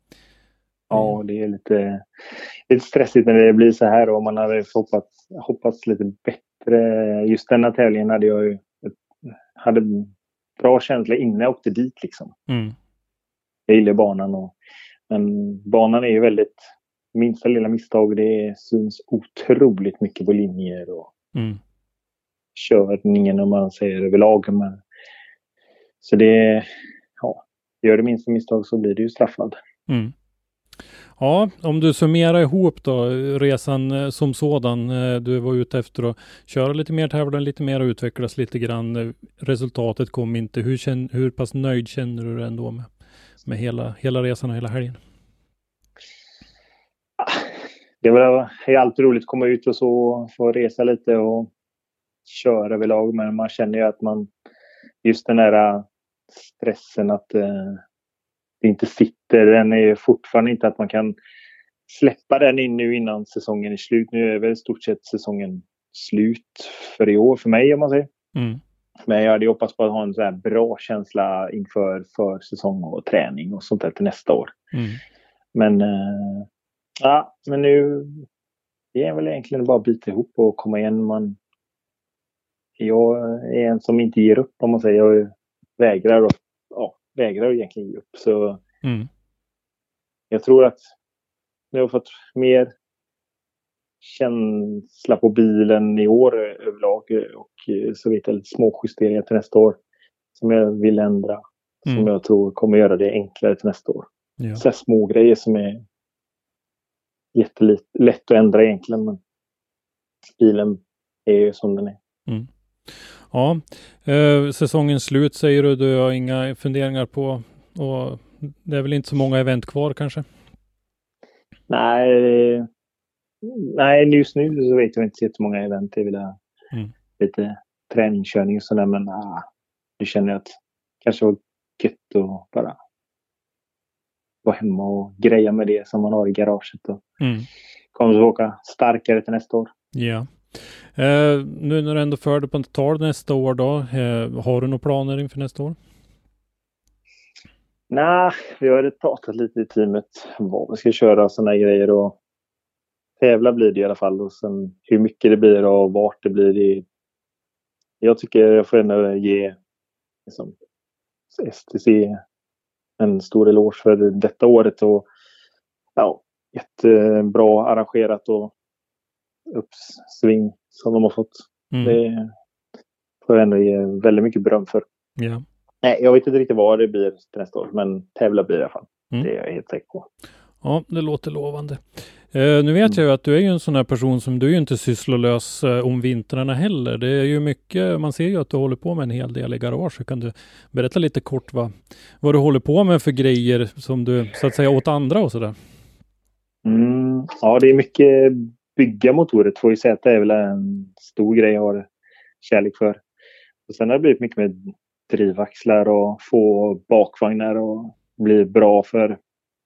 Ja, det är lite, lite stressigt när det blir så här, och man hade hoppats, hoppats lite bättre. Just denna tävlingen hade jag ju hade bra känsla innan jag åkte dit liksom. Mm. Jag gillar banan, och, men banan är ju väldigt, minsta lilla misstag, det syns otroligt mycket på linjer och mm. körningen, om man säger överlag. Men, så det, ja, gör det minsta misstag så blir det ju straffad. Mm. Ja, om du summerar ihop då resan som sådan, du var ute efter att köra lite mer, tävla lite mer och utvecklas lite grann. Resultatet kom inte. Hur, känn, hur pass nöjd känner du dig ändå med, med hela, hela resan och hela helgen? Det är alltid roligt att komma ut och så få resa lite, och kör överlag, men man känner ju att man just den där stressen att eh, det inte sitter, den är ju fortfarande inte att man kan släppa den in nu innan säsongen är slut. Nu är väl i stort sett säsongen slut för i år för mig, om man säger. Mm. Men jag hade hoppats på att ha en så här bra känsla inför för säsong och träning och sånt där till nästa år. Mm. Men eh, ja, men nu det är väl egentligen bara att bita ihop och komma igen. Man, jag är en som inte ger upp, om man säger. Jag vägrar och, ja, vägrar egentligen ge upp. Så mm. jag tror att jag har fått mer känsla på bilen i år överlag, och så vet jag lite små justeringar till nästa år som jag vill ändra, mm. som jag tror kommer göra det enklare till nästa år. Ja. Så här små grejer som är jättelätt att ändra egentligen, men bilen är ju som den är. Mm. Ja, eh, säsongens slut säger du, du har inga funderingar på, och det är väl inte så många event kvar kanske? Nej, nej just nu så vet jag inte så jättemånga event. Det är väl mm. lite träningskörning och sådär, men ah, du känner att kanske var gött att bara vara hemma och greja med det som man har i garaget och mm. kommer att åka starkare till nästa år. Ja. Eh, nu när du ändå för dig på ett tal nästa år då, eh, har du några planer inför nästa år? Nej, vi har pratat lite i teamet vad vi ska köra, sådana grejer, och tävla blir det i alla fall, och sen hur mycket det blir och vart det blir. Det, jag tycker jag får ändå ge liksom, S T C en stor eloge för detta året, och ja, jättebra arrangerat och uppsving som de har fått. Mm. Det får jag ändå ge väldigt mycket beröm för. Ja. Nej, jag vet inte riktigt vad det blir till nästa år, men tävla blir det i alla fall. Mm. Det är jag helt säker på. Ja, det låter lovande. Eh, nu vet mm. jag ju att du är ju en sån här person som du är ju inte sysslolös eh, om vintrarna heller. Det är ju mycket, man ser ju att du håller på med en hel del i garage. Kan du berätta lite kort vad, vad du håller på med för grejer som du så att säga åt andra och sådär? Mm, ja, det är mycket bygga motorer. två Z är väl en stor grej jag har kärlek för. Och sen har det blivit mycket med drivaxlar och få bakvagnar och bli bra för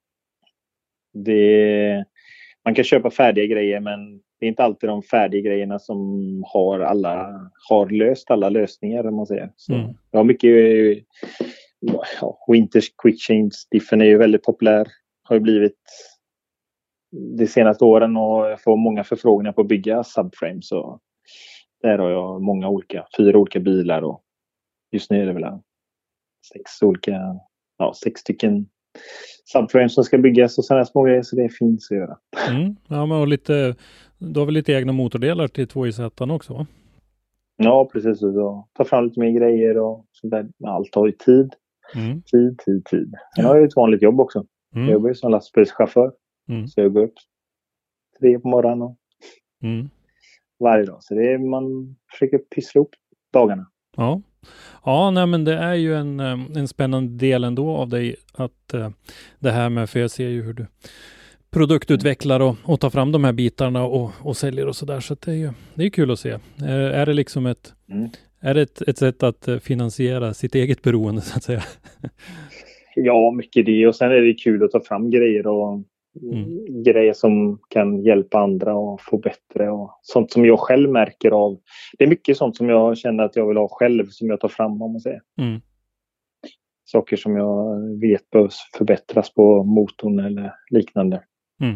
det. Man kan köpa färdiga grejer, men det är inte alltid de färdiga grejerna som har alla har löst alla lösningar, om man säger. Så mm. jag har mycket ja, Winters Quick Change diffen är ju väldigt populär, har ju blivit de senaste åren, och jag får många förfrågningar på att bygga subframes, så där har jag många olika, fyra olika bilar, och just nu är det väl sex olika, ja, sex stycken subframes som ska byggas och sådana små grejer, så det finns att göra. Mm. Ja, men och lite, du har väl lite egna motordelar till två Z också, va? Ja, precis. Så ta fram lite mer grejer och så där. Allt tar ju tid. Mm. Tid, tid, tid. Jag har ju ett vanligt jobb också. Mm. Jag jobbar ju som lastbilschaufför. Mm. Så jag går upp tre på morgonen och mm. varje dag. Så det är, man försöker pyssla ihop dagarna. Ja. Ja, nej, men det är ju en, en spännande del ändå av dig att uh, det här med, för jag ser ju hur du produktutvecklar och, och tar fram de här bitarna och, och säljer och sådär, så att det är ju det är kul att se. Uh, är det liksom ett, mm. är det ett, ett sätt att finansiera sitt eget beroende, så att säga? Ja, mycket det, och sen är det kul att ta fram grejer och mm. grejer som kan hjälpa andra och få bättre, och sånt som jag själv märker av. Det är mycket sånt som jag känner att jag vill ha själv, som jag tar fram, om man säger. Mm. Saker som jag vet behövs förbättras på motorn eller liknande. Mm.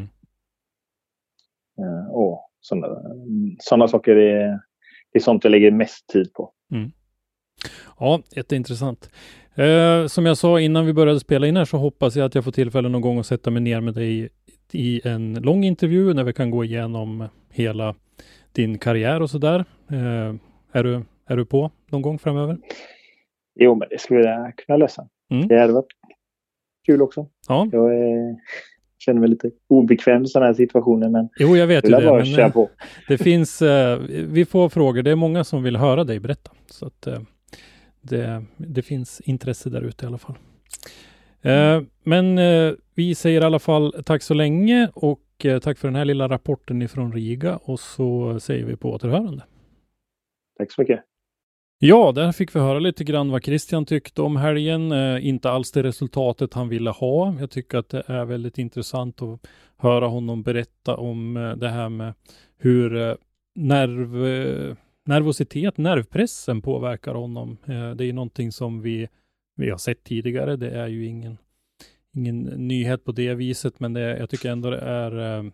Uh, och sådana, sådana saker är, det är sånt jag lägger mest tid på. Mm. Ja, jätteintressant. Eh, som jag sa innan vi började spela in här, så hoppas jag att jag får tillfälle någon gång att sätta mig ner med dig i en lång intervju när vi kan gå igenom hela din karriär och sådär. Eh, är, du, är du på någon gång framöver? Jo, men det skulle jag kunna lösa. Mm. Det hade varit kul också. Ja. Jag är, känner mig lite obekväm i sådana här situationer, men jo, jag vet ju det. Bara men, på. Det finns, eh, vi får frågor. Det är många som vill höra dig berätta. Så att eh, det, det finns intresse där ute i alla fall. Eh, men eh, vi säger i alla fall tack så länge, och eh, tack för den här lilla rapporten ifrån Riga, och så säger vi på återhörande. Tack så mycket. Ja, där fick vi höra lite grann vad Christian tyckte om helgen. Eh, inte alls det resultatet han ville ha. Jag tycker att det är väldigt intressant att höra honom berätta om eh, det här med hur eh, nerv, eh, nervositet, nervpressen påverkar honom. Eh, det är någonting som vi, vi har sett tidigare. Det är ju ingen, ingen nyhet på det viset, men det, jag tycker ändå det är eh,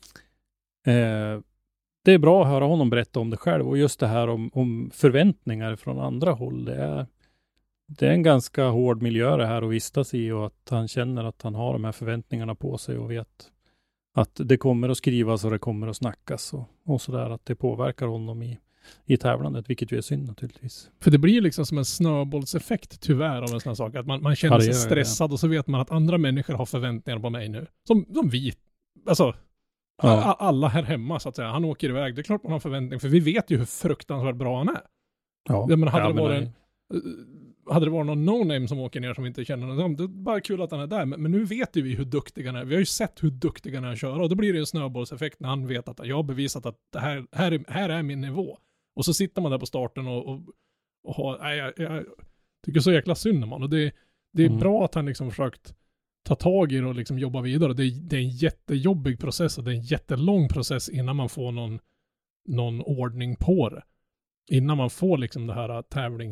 eh, det är bra att höra honom berätta om det själv, och just det här om, om förväntningar från andra håll. Det är, det är en ganska hård miljö det här att vistas i, och att han känner att han har de här förväntningarna på sig och vet att det kommer att skrivas och det kommer att snackas och, och sådär, att det påverkar honom i, i tävlandet, vilket ju är synd naturligtvis. För det blir liksom som en snöbollseffekt tyvärr av en sån här sak, att man, man känner sig stressad ja. Och så vet man att andra människor har förväntningar på mig nu. Som, som vi, alltså ja. alla här hemma så att säga. Han åker iväg, det är klart man har förväntningar, för vi vet ju hur fruktansvärt bra han är. Ja. Men hade, ja, det varit en, hade det varit någon no-name som åker ner som vi inte känner någon, det är bara kul att han är där. Men, men nu vet ju vi hur duktiga han är. Vi har ju sett hur duktiga han är att köra, och då blir det en snöbollseffekt när han vet att jag har bevisat att det här, här, är, här är min nivå. Och så sitter man där på starten och, och, och har, nej, jag, jag tycker så jäkla synd om man. Och det, det är mm. bra att han liksom försökt ta tag i det och liksom jobba vidare. Det är, det är en jättejobbig process, och det är en jättelång process innan man får någon, någon ordning på det. Innan man får liksom det här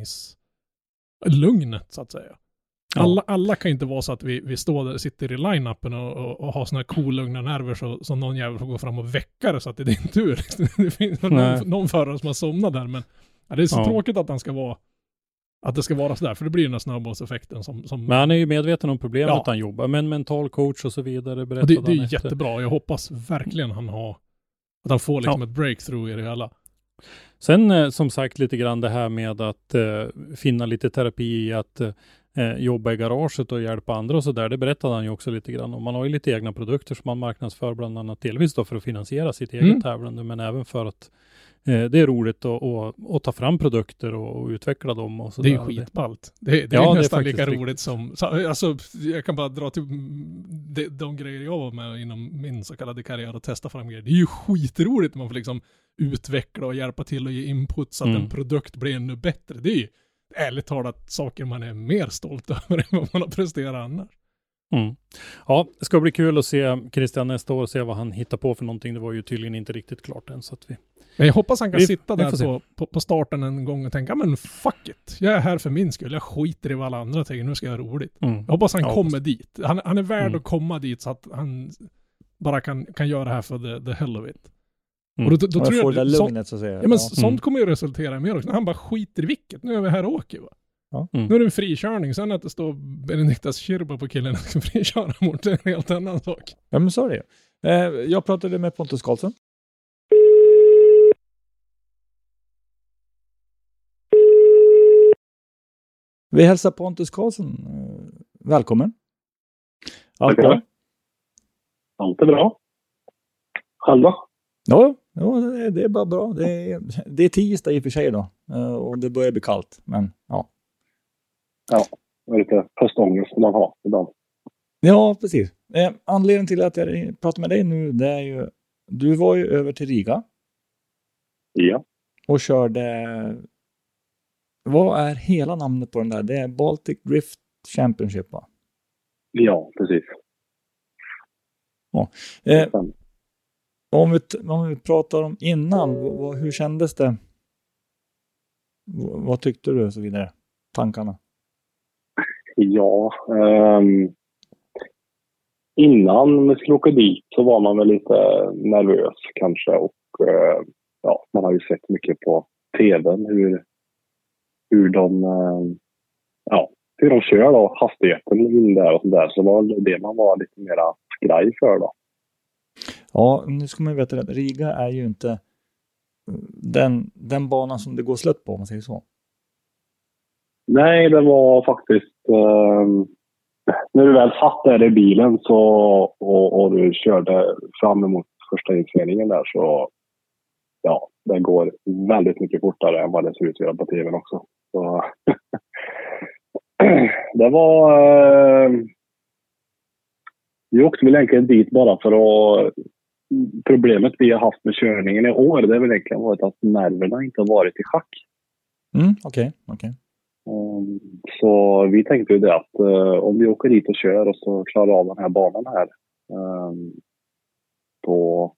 tävlingslugnet så att säga. Ja. Alla, alla kan inte vara så att vi, vi står där, sitter i line-upen och, och, och har såna här kolugna nerver så, så någon jävel får gå fram och väcka det så att det är din tur. Det finns någon, någon förare som har somnat där, men ja, det är så ja. tråkigt att han ska vara att det ska vara så där, för det blir den här snöbollseffekten som, som... Men han är ju medveten om problemet ja. han jobbar, men mental coach och så vidare. Det, det är ju jättebra, jag hoppas verkligen han har att han får liksom ja. ett breakthrough i det hela. Sen eh, som sagt lite grann det här med att eh, finna lite terapi i att eh, jobba i garaget och hjälpa andra och så där. Det berättade han ju också lite grann om. Man har ju lite egna produkter som man marknadsför, bland annat delvis då för att finansiera sitt eget mm. tävlande, men även för att eh, det är roligt att, att, att ta fram produkter och, och utveckla dem. Och så det är där. skitballt. Det, det ja, är nästan det är lika roligt riktigt. som... Alltså, jag kan bara dra till de, de grejer jag var med inom min så kallade karriär och testa fram grejer. Det är ju skitroligt när man får liksom utveckla och hjälpa till och ge input så att mm. en produkt blir ännu bättre. Det är ju ärligt talat saker man är mer stolt över än vad man har presterat annars. Mm. Ja, det ska bli kul att se Christian nästa år och se vad han hittar på för någonting. Det var ju tydligen inte riktigt klart än. Så att vi... Men jag hoppas han kan vi, sitta där på, på, på starten en gång och tänka, men fuck it. Jag är här för min skull. Jag skiter i vad alla andra tänker. Nu ska jag ha roligt. Mm. Jag hoppas han ja, kommer hoppas. dit. Han, han är värd mm. att komma dit så att han bara kan, kan göra det här för the, the hell of it. Mm. Och då, då, då tror jag, det så, lugnet, så att säga. Ja, men ja. sånt mm. kommer ju resultera i mer också. Han bara skiter i vilket. Nu är vi här och åker, va? Ja. Mm. Nu är det en frikörning. Sen att det står Benediktas Kirba på killen som ska friköra mot en helt annan sak. Ja, men så är det. Eh, jag pratade med Pontus Karlsson. Vi hälsar Pontus Karlsson. Välkommen. Allt bra? Allt är bra. Själva? Ja, ja det är bara bra. Det är, det är tisdag i och för sig då. Och det börjar bli kallt. Men ja. Ja, det är lite höstångest som man har ibland. Ja, precis. Eh, anledningen till att jag pratar med dig nu, det är ju... Du var ju över till Riga. Ja. Och körde... Vad är hela namnet på den där? Det är Baltic Drift Championship, va? Ja, precis. Ja. Eh, om, vi, om vi pratar om innan, vad, hur kändes det? Vad, vad tyckte du och så vidare? Tankarna? Ja, um, innan vi skulle åka dit så var man väl lite nervös kanske. Och uh, ja, man har ju sett mycket på tvn hur, hur de uh, ja, hur de kör då, hastigheten in där och sådär. Så var det det man var lite mera skraj för då. Ja, nu ska man ju veta att Riga är ju inte den, den banan som det går slut på, om man säger så. Nej, det var faktiskt um, när du väl satt där i bilen så, och, och du körde fram emot första inspelningen där, så ja, det går väldigt mycket fortare än vad det ser ut att göra på tvn också. Så det var uh, vi åkte väl egentligen dit bara för att problemet vi har haft med körningen i år, det är väl egentligen varit att nerverna inte har varit i schack. Mm, okej, okay, okej. Okay. Um, så vi tänkte ju det att uh, om vi åker dit och kör och så klarar av den här banan här, um, då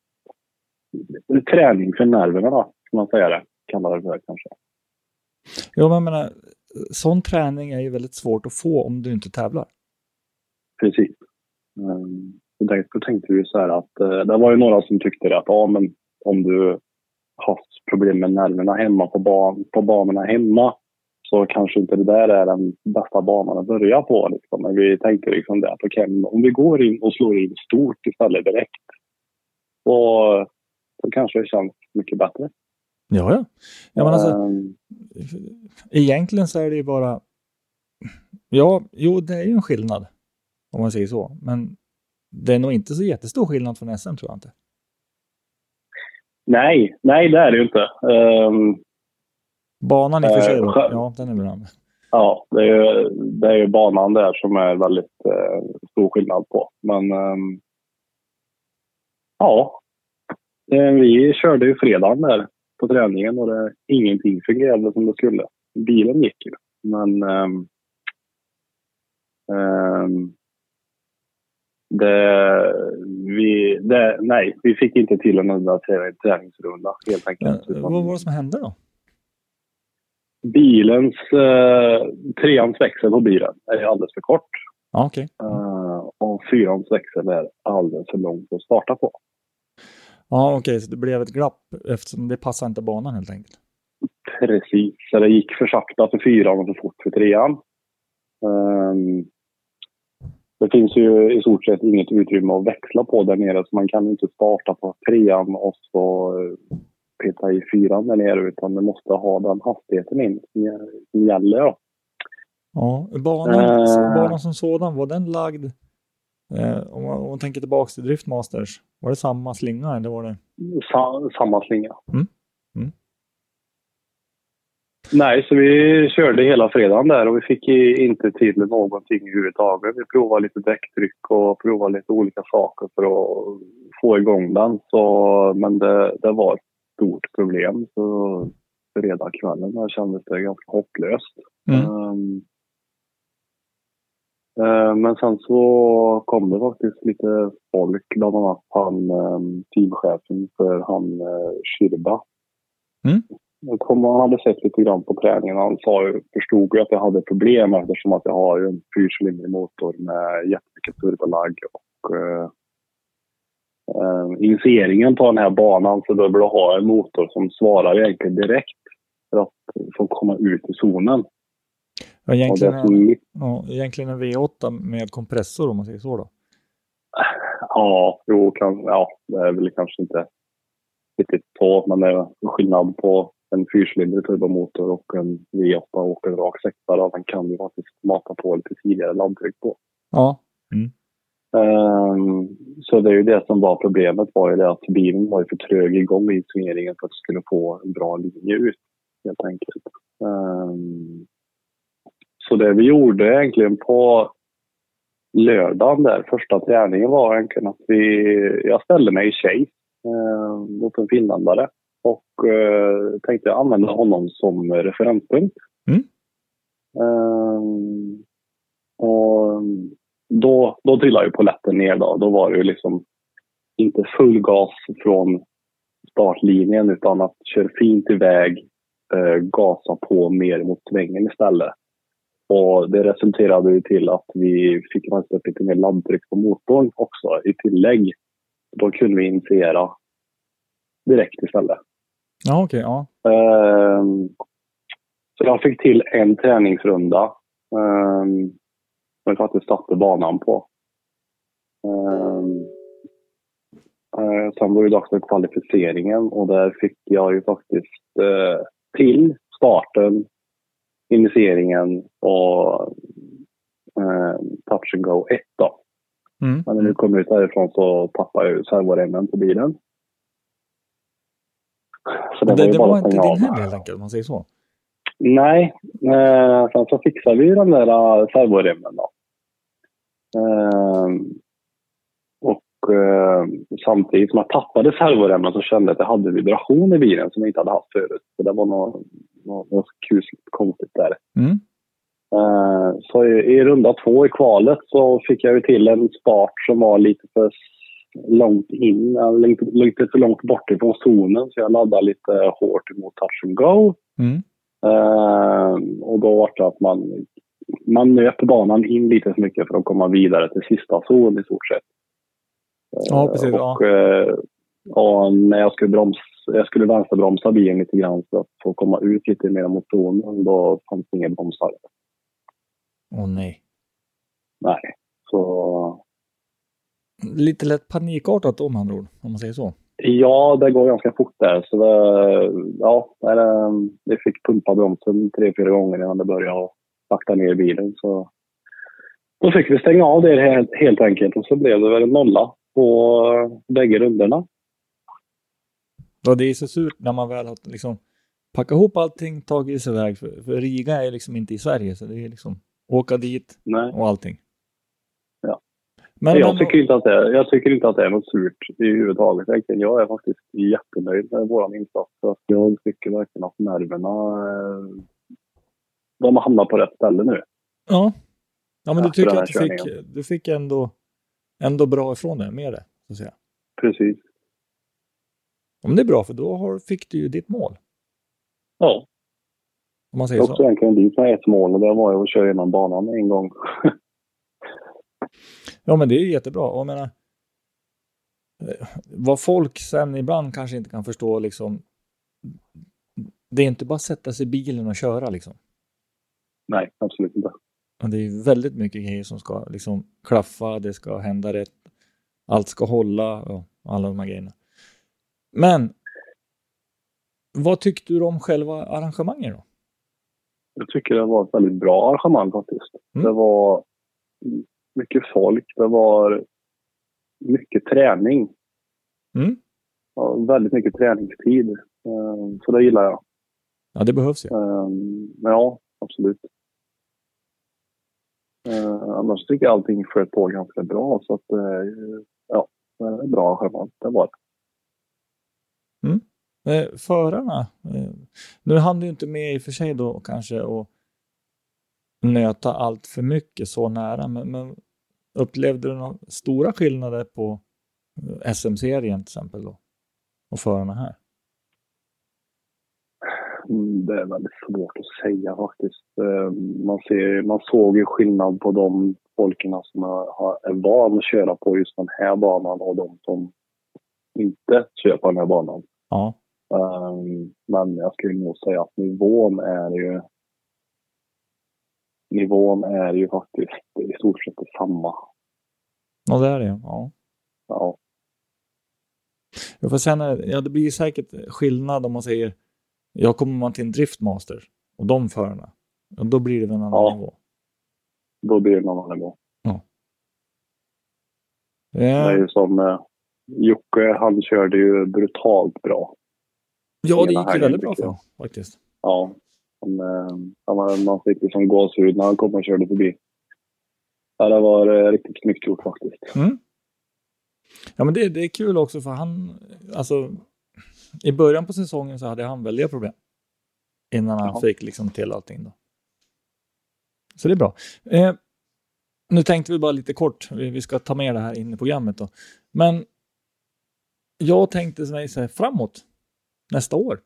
träning för nerverna då, kan man säga det. Kallar det för kanske. Ja, men jag menar, sån träning är ju väldigt svårt att få om du inte tävlar. Precis. Um, Därför tänkte vi så här att uh, det var ju några som tyckte det att ja, men om du har problem med nerverna hemma på, ban- på banorna hemma, så kanske inte det där är den bästa banan att börja på. Liksom. Men vi tänkte liksom det att okay, om vi går in och slår in stort istället direkt, så, så kanske det känns mycket bättre. Ja, ja. ja men alltså, um, egentligen så är det ju bara... Ja, jo, det är ju en skillnad. Om man säger så. Men det är nog inte så jättestor skillnad från S M, tror jag inte. Nej, nej det är det ju inte. Um, Banan i och för sig då. Uh, ja, den är bra. Ja, det är, ju, det är ju banan där som är väldigt uh, stor skillnad på. Men um, ja, vi körde ju fredagen där på träningen och det, ingenting fungerade som det skulle. Bilen gick ju. Men um, um, det, vi, det, nej, vi fick inte till en enda träningsrunda helt enkelt. Ja, vad var det som hände då? Bilens, uh, treans växel på bilen är alldeles för kort. Ja, okej. Okay. Uh, och fyrans växel är alldeles för långt att starta på. Ja, okej. Okay. Så det blev ett glapp eftersom det passar inte banan helt enkelt. Precis. Så det gick för sakta för fyran och för fort för trean. Um, det finns ju i stort sett inget utrymme att växla på där nere, så man kan inte starta på trean och så peta i fyran där nere, utan det måste ha den hastigheten in som gäller. Då. Ja, banan, uh, banan som sådan, var den lagd, eh, om, man, om man tänker tillbaka till Driftmasters, var det samma slinga eller var det? Sa, samma slinga. Mm. Mm. Nej, så vi körde hela fredagen där och vi fick inte till någonting överhuvudtaget. Vi provade lite däcktryck och provade lite olika saker för att få igång den. Så, men det, det var ett stort problem. Så fredag kvällen där kändes det ganska hopplöst. Mm. Um, uh, men sen så kom det faktiskt lite folk, bland annat han, um, teamchefen för han uh, Shirba. Mm. Kom, han hade sett lite grann på träningen. Han sa, förstod ju att jag hade problem eftersom att jag har en fyrcylindrig motor med jättemycket turbolag och uh, uh, initieringen på den här banan, så behöver du ha en motor som svarar egentligen direkt för att få komma ut i zonen. Ja, egentligen, och som, ja, egentligen en V åtta med kompressor om man säger så då. Ja, jo, kan, ja, det är väl kanske inte riktigt så, men det är skillnad på en fyrcylindrig turbomotor och en V åtta och en rak sexa. Den kan ju faktiskt mata på lite tidigare laddtryck på. Ja. Mm. Um, så det är ju det som var problemet, var ju det att bilen var ju för trög igång i svingeringen för att det skulle få en bra linje ut, helt enkelt. Um, så det vi gjorde egentligen på lördagen där, första träningen, var egentligen att vi, jag ställde mig i Chase eh, mot en finländare och eh, tänkte använda honom som referenspunkt. Mm. Um, och då, då trillade ju polletten ner då. Då var det ju liksom inte full gas från startlinjen, utan att köra fint iväg, eh, gasa på mer mot svängen istället. Och det resulterade ju till att vi fick upp lite mer laddtryck på motorn också i tillägg. Då kunde vi initiera direkt istället. Ja, okej, okay, ja. Um, så jag fick till en träningsrunda um, som jag faktiskt satte banan på. Um, uh, sen var det dags för kvalificeringen och där fick jag ju faktiskt uh, till starten, initieringen och uh, touch and go ett då. Mm. Men när vi kom ut därifrån så tappade jag ju servoremmen på bilen. Så det, det var, det var inte din hem helt enkelt, om man säger så. Nej, eh, sen så fixade vi den där servoremmen då. Eh, och eh, samtidigt som jag tappade servoremmen så kände jag att jag hade vibration i bilen som jag inte hade haft förut. Så det var något, något, något kusligt konstigt där. Mm. Eh, så i, i runda två i kvalet så fick jag ju till en start som var lite för långt in, lite, lite för långt bort ifrån zonen, så jag laddade lite hårt emot touch and go. Mm. Uh, och då var det att man man nöp banan in lite för mycket för att komma vidare till sista zon i stort sett. Ja, precis. Uh, och, uh, och när jag skulle bromsa, jag skulle vänsterbromsa bilen lite grann för att få komma ut lite mer mot zonen, då fanns det ingen bromsar. Åh oh, nej. Nej, så lite lätt panikartat om andra ord, om man säger så. Ja, det går ganska fort där. Så det, ja, det fick pumpa bromsen tre, fyra gånger innan det började sakta ner bilen. Så då fick vi stänga av det helt, helt enkelt. Och så blev det väl en nolla på bägge runderna. Ja, det är så surt när man väl har liksom packat ihop allting, tagit sig iväg. För, för Riga är liksom inte i Sverige, så det är liksom åka dit Nej. och allting. Ja. Men jag, man... tycker inte att det är, jag tycker inte att det är något surt i huvudtaget. Jag är faktiskt jättenöjd med våran insats. Jag tycker verkligen att nerverna de har hamnat på rätt ställe nu. Ja, ja men du tycker att du körningen. fick, du fick ändå, ändå bra ifrån det med det, så att säga. Precis. Ja, men det är bra, för då har, fick du ju ditt mål. Ja. Om man säger också så. egentligen dit med ett mål, och det var ju att köra genom banan en gång. Ja, men det är jättebra. Och jag menar, vad folk sen ibland kanske inte kan förstå, liksom, det är inte bara att sätta sig i bilen och köra liksom. Nej, absolut inte. Det är väldigt mycket grejer som ska liksom klaffa, det ska hända rätt, allt ska hålla och alla de här grejerna. Men vad tyckte du om själva arrangemanget då? Jag tycker det var ett väldigt bra arrangemang faktiskt. Mm. Det var mycket folk, det var mycket träning. Mm. Ja, väldigt mycket träningstid. Så det gillar jag. Ja, det behövs ju. Ja, absolut. Annars tycker jag allting flöt på ganska bra. Så att, ja, det är bra arrangemang. Det var det. Mm. Eh, förarna, eh, nu hann du inte med i och för sig då kanske att nöta allt för mycket så nära, men, men upplevde du några stora skillnader på S M-serien till exempel då och förarna här? Mm, det är väldigt svårt att säga faktiskt. Man, ser, man såg ju skillnad på de folkerna som är van att köra på just den här banan och de som inte kör på den här banan. Ja. Um, men jag skulle nog säga att nivån är ju nivån är ju faktiskt i stort sett samma. Ja, det är det. Ja. Ja. Jag får sen, ja, det blir säkert skillnad om man säger jag kommer man till en driftmaster och de förarna. Och då blir det en annan ja. nivå. Då blir det en annan nivå. Ja. Det är ju som eh, Jocke, han körde ju brutalt bra. Ja, det gick ju väldigt bra för honom, faktiskt. Ja, man, man fick liksom gåshud när han kom och körde förbi. Ja, det var eh, riktigt snyggt gjort faktiskt. Mm. Ja, men det, det är kul också för han, alltså i början på säsongen så hade han väldiga problem. Innan han ja. fick liksom till allting då. Så det är bra. Eh, nu tänkte vi bara lite kort, vi, vi ska ta med det här in i programmet då. Men jag tänkte säga framåt. Nästa år.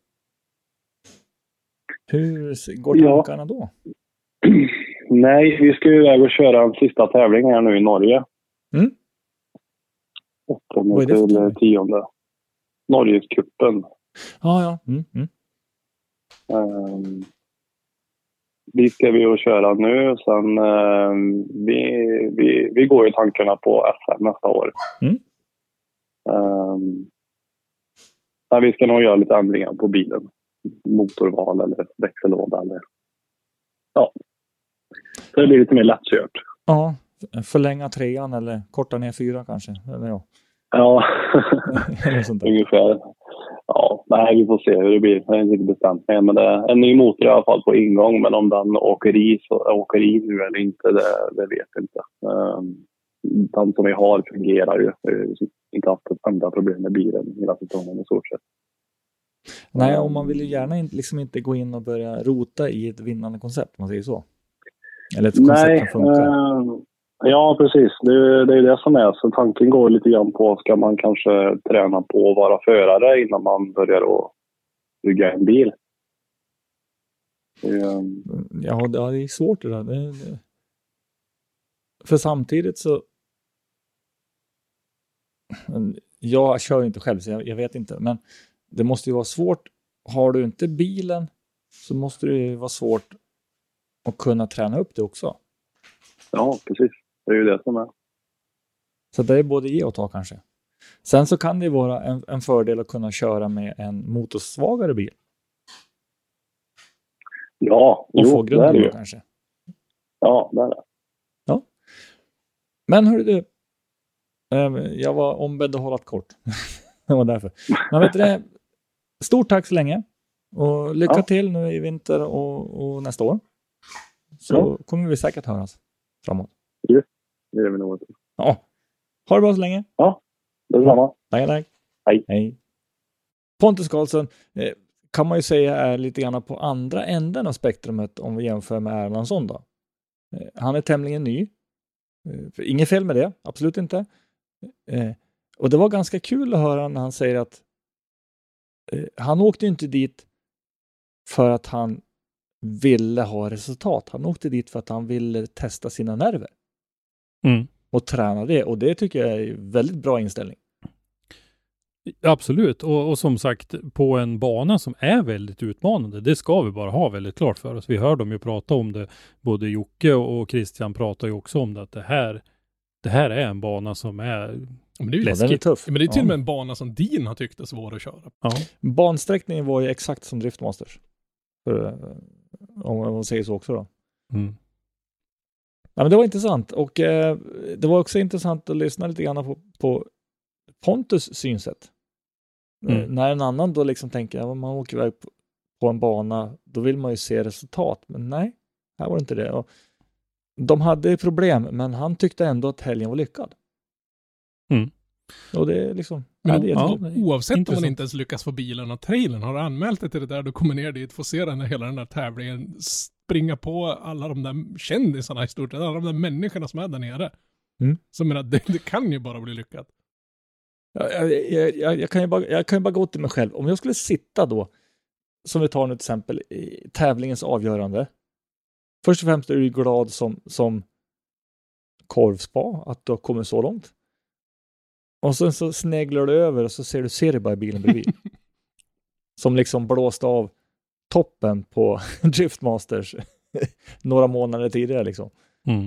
Hur går tankarna ja. då? Nej, vi ska ju iväg och köra en sista tävling här nu i Norge. Mm. åttonde till tionde. Norgescupen. Ah, ja, ja. Mm, mm. Um, dit ska vi och köra nu. Sen um, vi, vi, vi går ju tankarna på S M nästa år. Mm. Um, Ja, vi ska nog göra lite ändringar på bilen. Motorval eller växellåda. Eller... Ja. Så det blir lite mer lättkört. Ja, förlänga trean eller korta ner fyra kanske. Eller ja. Ja, eller sånt där. ungefär. Ja, nej, vi får se hur det blir. Jag är inte bestämt med. Men det är en ny motor i alla fall på ingång. Men om den åker i, så, åker i nu eller inte, det, det vet jag inte. Um, den som vi har fungerar ju. Vi har inte haft ett enda problem med bilen hela säsongen i stort sett. Nej, och man vill ju gärna inte, liksom inte gå in och börja rota i ett vinnande koncept, man säger så. Eller ett koncept Nej, som funkar. Eh, ja, precis. Det, det är det som är. Så tanken går lite grann på, ska man kanske träna på att vara förare innan man börjar att bygga en bil? Det, ja, det är svårt det där. Det, det. För samtidigt så jag kör inte själv så jag, jag vet inte, men det måste ju vara svårt. Har du inte bilen så måste det ju vara svårt att kunna träna upp det också. Ja, precis. Det är ju det som är. Så det är både ge och ta kanske. Sen så kan det vara en, en fördel att kunna köra med en motorsvagare bil. Ja, och jo, få grunden det är det. Kanske. Ja, det är det. Ja. Men hörru du, jag var ombedd att hålla ett kort. Det var därför. Men vet du det, stort tack så länge. Och lycka ja. till nu i vinter och, och nästa år. Så ja. kommer vi säkert höras framåt. Ja, det gör vi nog. Ja. Ha det bra så länge. Ja, detsamma. Tack, tack. Hej. Hej. Pontus Karlsson eh, kan man ju säga är lite grann på andra änden av spektrumet om vi jämför med Erlandsson då. Eh, han är tämligen ny. Eh, inget fel med det, absolut inte. Eh, och det var ganska kul att höra när han säger att eh, han åkte inte dit för att han ville ha resultat. Han åkte dit för att han ville testa sina nerver. Mm. Och träna det. Och det tycker jag är väldigt bra inställning. Absolut. Och, och som sagt, på en bana som är väldigt utmanande. Det ska vi bara ha väldigt klart för oss. Vi hör dem ju prata om det. Både Jocke och Christian pratar ju också om det. Att det här, det här är en bana som är... Men det är ju läskigt. Den är tuff. Men det är till och med en bana som Dean har tyckt är svår att köra. Ja. Bansträckningen var ju exakt som Driftmasters. För, om man säger så också då. Mm. Ja, men det var intressant. Och eh, det var också intressant att lyssna lite grann på, på Pontus synsätt. Mm. Eh, när en annan då liksom tänker att man åker iväg på, på en bana, då vill man ju se resultat. Men nej, här var det inte det. Och de hade problem, men han tyckte ändå att helgen var lyckad. Mm. Och det är liksom... Men, ja, det är ja, oavsett intressant. Om man inte ens lyckas få bilen och trailern, har du anmält dig till det där, då kommer ner dit, får se den här, hela den där tävlingen, springa på alla de där kändisarna i stort sett, alla de där människorna som är där nere. Mm. Så menar, det, det kan ju bara bli lyckat. Jag, jag, jag, jag, kan ju bara, jag kan ju bara gå till mig själv. Om jag skulle sitta då, som vi tar nu till exempel, i tävlingens avgörande. Först och främst är du glad som, som korvspa att du har kommit så långt. Och sen så sneglar du över och så ser du Seriba i bilen bredvid. Som liksom blåste av toppen på Driftmasters några månader tidigare liksom. Mm.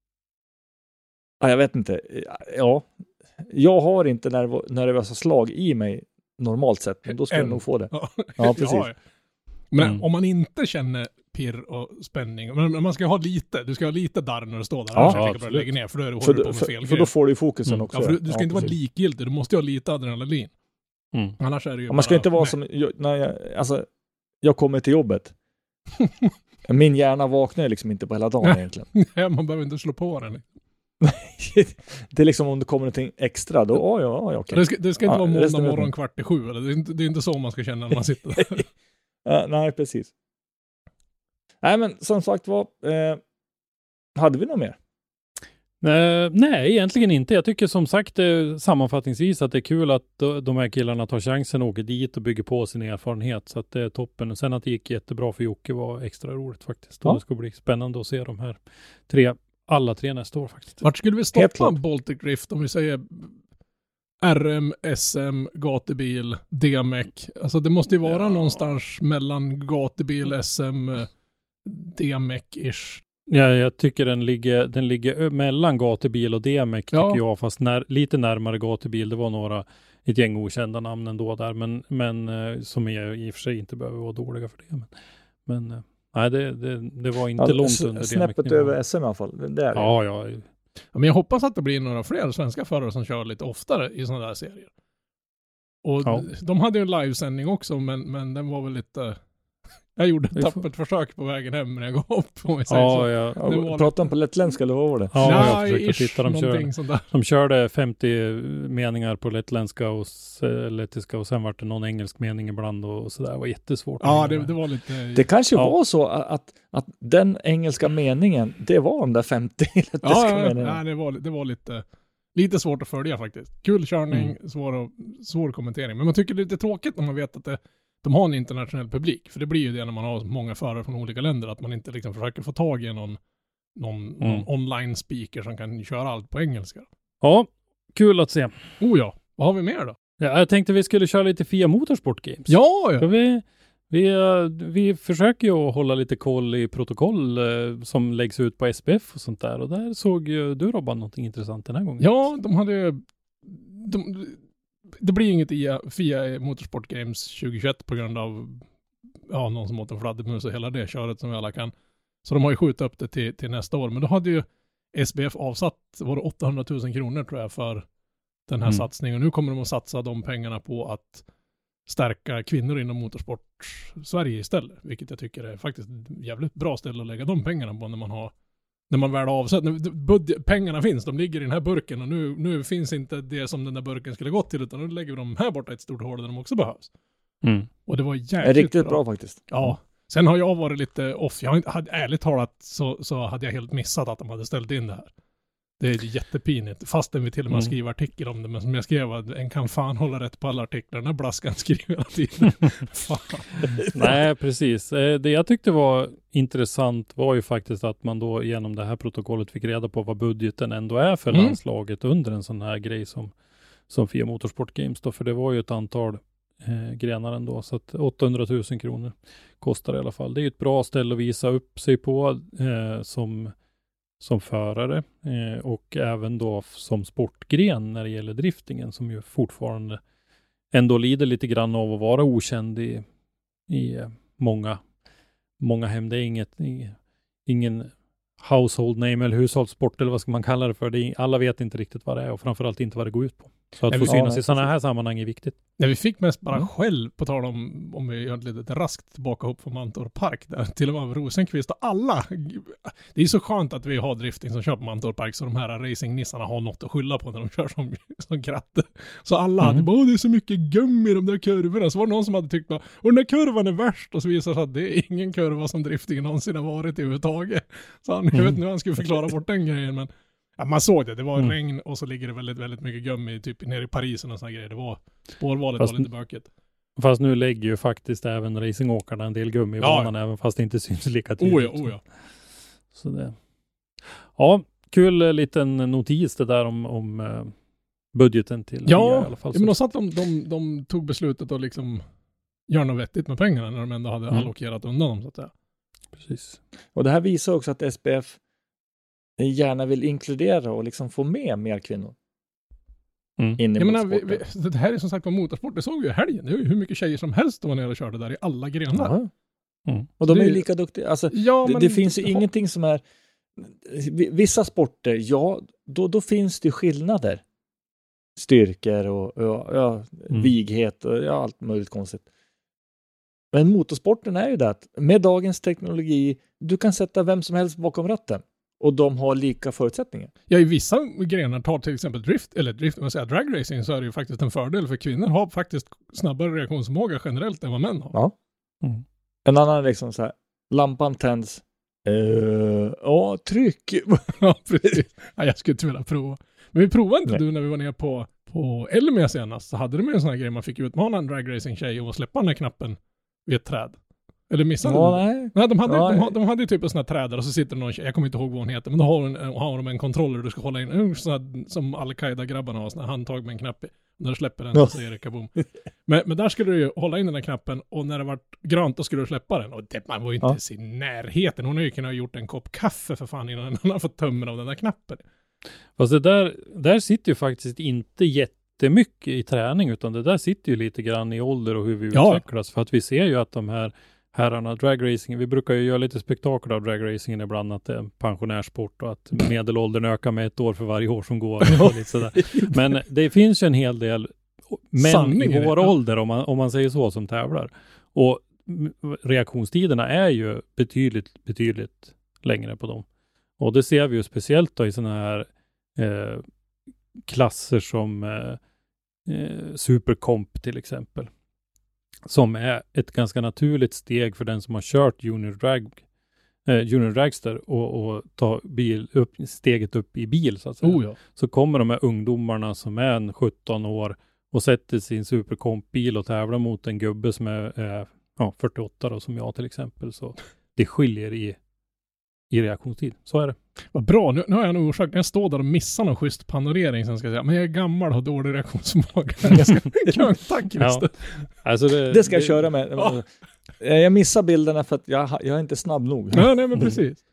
Ja, jag vet inte. Ja, jag har inte nerv- nervösa slag i mig normalt sett, men då skulle jag nog få det. Ja, ja precis. Ja. Men Mm. om man inte känner pirr och spänning, men man ska ha lite, du ska ha lite darr när du står där, ja, ja, jag lägga ner, för då är du håller på med för, fel för då får du fokusen mm. också. Ja, för du, du ska ja, inte precis. vara likgiltig, du måste ju ha lite adrenalin. Mm. Annars är det ju ja, man ska bara, inte vara nej. som, jag, när jag, alltså, jag kommer till jobbet. Min hjärna vaknar liksom inte på hela dagen egentligen. Nej, man behöver inte slå på den. Det är liksom om det kommer någonting extra, då, oh, ja, ja, okej. Det ska, det ska inte Ja, vara måndag resten morgon vet kvart i sju, eller? Det, är inte, det är inte så man ska känna när man sitter där. Ja, nej, precis. Nej, men som sagt var, eh, hade vi något mer? Uh, nej, egentligen inte. Jag tycker som sagt eh, sammanfattningsvis att det är kul att de, de här killarna tar chansen och åker dit och bygger på sin erfarenhet. Så att det är toppen. Och sen att det gick jättebra för Jocke var extra roligt faktiskt. Ja. Och det ska bli spännande att se de här tre, alla tre nästa år faktiskt. Vart skulle vi Helt stoppa klart. Baltic Drift om vi säger R M, S M, gatubil, D M E C? Alltså det måste ju vara Ja. någonstans mellan gatubil, S M, D M E C-ish. Ja, jag tycker den ligger, den ligger ö- mellan gatubil och D M E C tycker Ja. jag, fast när, lite närmare gatubil. Det var några, ett gäng okända namn ändå där, men, men eh, som är i och för sig inte behöver vara dåliga för det. Men, men eh, nej, det, det, det var inte Ja, långt s- under snäppet D M E C-nivån. över S M i alla fall. Det är det. Ja, ja. Ja, men jag hoppas att det blir några fler svenska förare som kör lite oftare i sådana där serier. Och Ja. de hade ju en livesändning också, men, men den var väl lite Jag gjorde ett tappert försök på vägen hem när jag gav upp. Om jag säger Ja, så. ja. Det var Pratade de på lettländska eller vad var det? Ja, Nej, jag försökte ish, titta. De någonting körde, sånt där. de körde femtio meningar på lettländska och s- lettiska och sen var det någon engelsk mening ibland och sådär. Det var jättesvårt. Ja, det, det var lite... Det kanske Ja. var så att, att, att den engelska meningen, det var de där femtio lettiska Ja, ja, meningarna. ja det, var, det var lite, lite svårt att följa faktiskt. Kul körning, Mm. svår, och, svår kommentering. Men man tycker det är lite tråkigt när man vet att det, de har en internationell publik. För det blir ju det när man har många förare från olika länder, att man inte liksom försöker få tag i någon, någon, Mm. någon online speaker som kan köra allt på engelska. Ja, kul att se. Oh ja, vad har vi mer då? Ja, jag tänkte vi skulle köra lite F I A Motorsport Games. Ja, För ja. vi, vi, eh, vi försöker ju att hålla lite koll i protokoll eh, som läggs ut på S B F och sånt där. Och där såg ju du, Robban, någonting intressant den här gången. Ja, de hade... De, det blir inget i F I A Motorsport Games tjugohundratjugoett på grund av ja, någon som åt en fladdermus och hela det köret som vi alla kan. Så de har ju skjutit upp det till, till nästa år. Men då hade ju S B F avsatt, var det åttahundratusen kronor tror jag för den här Mm. satsningen. Och nu kommer de att satsa de pengarna på att stärka kvinnor inom motorsport Sverige istället. Vilket jag tycker är faktiskt jävligt bra ställe att lägga de pengarna på när man har när man väl har avsatt. Budget, pengarna finns, de ligger i den här burken och nu, nu finns inte det som den där burken skulle gått till utan nu lägger vi dem här borta i ett stort hål där de också behövs. Mm. Och det var jäkligt Det är riktigt bra, faktiskt. Ja. Sen har jag varit lite off. Jag har inte, hade, ärligt talat så, så hade jag helt missat att de hade ställt in det här. Det är jättepinigt. Fastän vi till och med Mm. skriver artikel om det. Men som jag skrev, att en kan fan hålla rätt på alla artiklar. Den här blaskan skriver hela tiden. Fan. Nej, precis. Eh, Det jag tyckte var intressant var ju faktiskt att man då genom det här protokollet fick reda på vad budgeten ändå är för Mm. landslaget under en sån här grej som, som F I A Motorsport Games då. För det var ju ett antal eh, grenar ändå. Så att åttahundratusen kronor kostar det i alla fall. Det är ju ett bra ställe att visa upp sig på eh, som som förare eh, och även då f- som sportgren när det gäller driftingen som ju fortfarande ändå lider lite grann av att vara okänd i, i eh, många, många hem. Det är inget, i, ingen household name eller hushållssport eller vad ska man kalla det för. Det är, alla vet inte riktigt vad det är och framförallt inte vad det går ut på. Så att Nej, få vi- synas ja, i sådana här sammanhang är viktigt. Nej, vi fick mest bara Mm. själv på tal om, om vi gör ett litet raskt tillbakahopp från Mantorp Park där, till och med av Rosenqvist och alla. Det är så skönt att vi har drifting som kör på Mantorp Park så de här racingnissarna har något att skylla på när de kör som, som kratter. Så alla Mm. hade bara, åh det är så mycket gum i de där kurvorna. Så var det någon som hade tyckt bara, och den där kurvan är värst. Och så visar det sig att det är ingen kurva som drifting någonsin har varit i överhuvudtaget. Så han, jag vet inte hur han skulle förklara bort den grejen, men ja, man såg det, det var Mm. regn och så ligger det väldigt, väldigt mycket gummi typ nere i Paris och såna grejer. Det var, spårvalet Fast- var lite bökigt. Fast nu lägger ju faktiskt även racingåkarna en del gummi i Ja, banan även fast det inte syns lika tydligt. Oh ja, oh ja. Så det. Ja, kul eh, liten notis det där om, om eh, budgeten till Ja, F I A i alla fall. ja men de satt de, de, de tog beslutet att liksom göra något vettigt med pengarna när de ändå hade Mm. allokerat undan dem så att säga. Precis. Och det här visar också att S B F gärna vill inkludera och liksom få med mer kvinnor Mm. in i Jag menar, vi, motorsporten. vi, det här är som sagt var motorsport, det såg vi ju i helgen. Det är ju hur mycket tjejer som helst som var nere och körde där i alla grenar. Ja. Mm. Och de Det är ju är- lika duktiga. Alltså, Ja, det, men det finns ju ingenting som är... vi- Vissa sporter, ja, då, då finns det skillnader. Styrkor och ja, ja, Mm. vighet och ja, allt möjligt konstigt. Men motorsporten är ju det att med dagens teknologi, du kan sätta vem som helst bakom ratten. Och de har lika förutsättningar. Ja, i vissa grenar, tar till exempel drift, eller drift, man säger dragracing, så är det ju faktiskt en fördel för kvinnor har faktiskt snabbare reaktionsförmåga generellt än vad män har. Ja. Mm. En annan är liksom så här, lampan tänds. Uh, ja, tryck. Ja, precis. Ja, jag skulle inte vilja prova. Men vi provade inte Nej. du när vi var nere på, på Elmia senast, så hade de ju en sån här grej man fick utmana en dragracing-tjej och släppa den här knappen vid ett träd. Eller missade Ja, du? nej. Nej, de hade, Ja, de, ha- de hade ju typ en sån här träd där och så sitter någon tjej, jag kommer inte ihåg vad hon heter, men då har, hon, har de en kontroller du ska hålla in, en sån här, som Al-Qaida-grabbarna har, sån här handtag med en knapp i. När du släpper den så Ja. säger det kaboom. Men, men där skulle du ju hålla in den här knappen och när det var grönt då skulle du släppa den. Och det, man var ju inte Ja. ens i närheten. Hon har ju kunnat ha gjort en kopp kaffe för fan innan hon har fått tummen av den där knappen. Fast det där, där sitter ju faktiskt inte jättemycket i träning utan det där sitter ju lite grann i ålder och hur vi Ja. utvecklas. För att vi ser ju att de här herrarna dragracing, vi brukar ju göra lite spektakel av dragracingen ibland att det är en pensionärssport och att medelåldern ökar med ett år för varje år som går. Och lite sådär. Men det finns ju en hel del män Sanning i är det, vår ja. ålder om man, om man säger så som tävlar. Och reaktionstiderna är ju betydligt, betydligt längre på dem. Och det ser vi ju speciellt då i sådana här eh, klasser som eh, eh, Supercomp till exempel. Som är ett ganska naturligt steg för den som har kört Junior Drag eh, Junior Dragster och, och ta bil upp, steget upp i bil så att säga. Oh ja. Så kommer de här ungdomarna som är en sjutton år och sätter sin Supercomp-bil och tävlar mot en gubbe som är eh, ja, fyrtioåtta då, som jag till exempel. Så det skiljer i, i reaktionstid. Så är det. Vad bra. Nu, nu har jag en orsak. Jag står där och missar någon schysst panorering sen ska jag säga. Men jag är gammal och har dålig reaktionsförmåga. Jag ska kan tack just det. Alltså det. Det ska jag det, köra med. Ja. Jag missar bilderna för att jag, jag är inte snabb nog. Nej, nej men precis.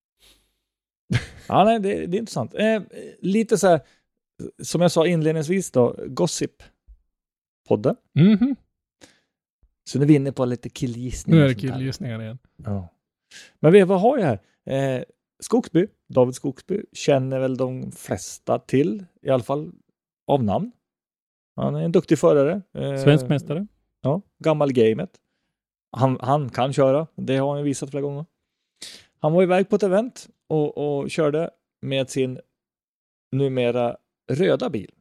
Ja, nej, det, det är intressant. Eh, lite så här, som jag sa inledningsvis då, Gossip-podden. Mhm. Så nu är vi inne på lite killgissningar. Nu är det killgissningar igen. Ja. Men vi, vad har jag här? Eh, Skogsby, David Skogsby, känner väl de flesta till, i alla fall av namn. Han är en duktig förare. Eh, Svensk mästare. Ja, gammal gamet. Han, han kan köra, det har han visat flera gånger. Han var iväg på ett event och, och körde med sin numera röda bil.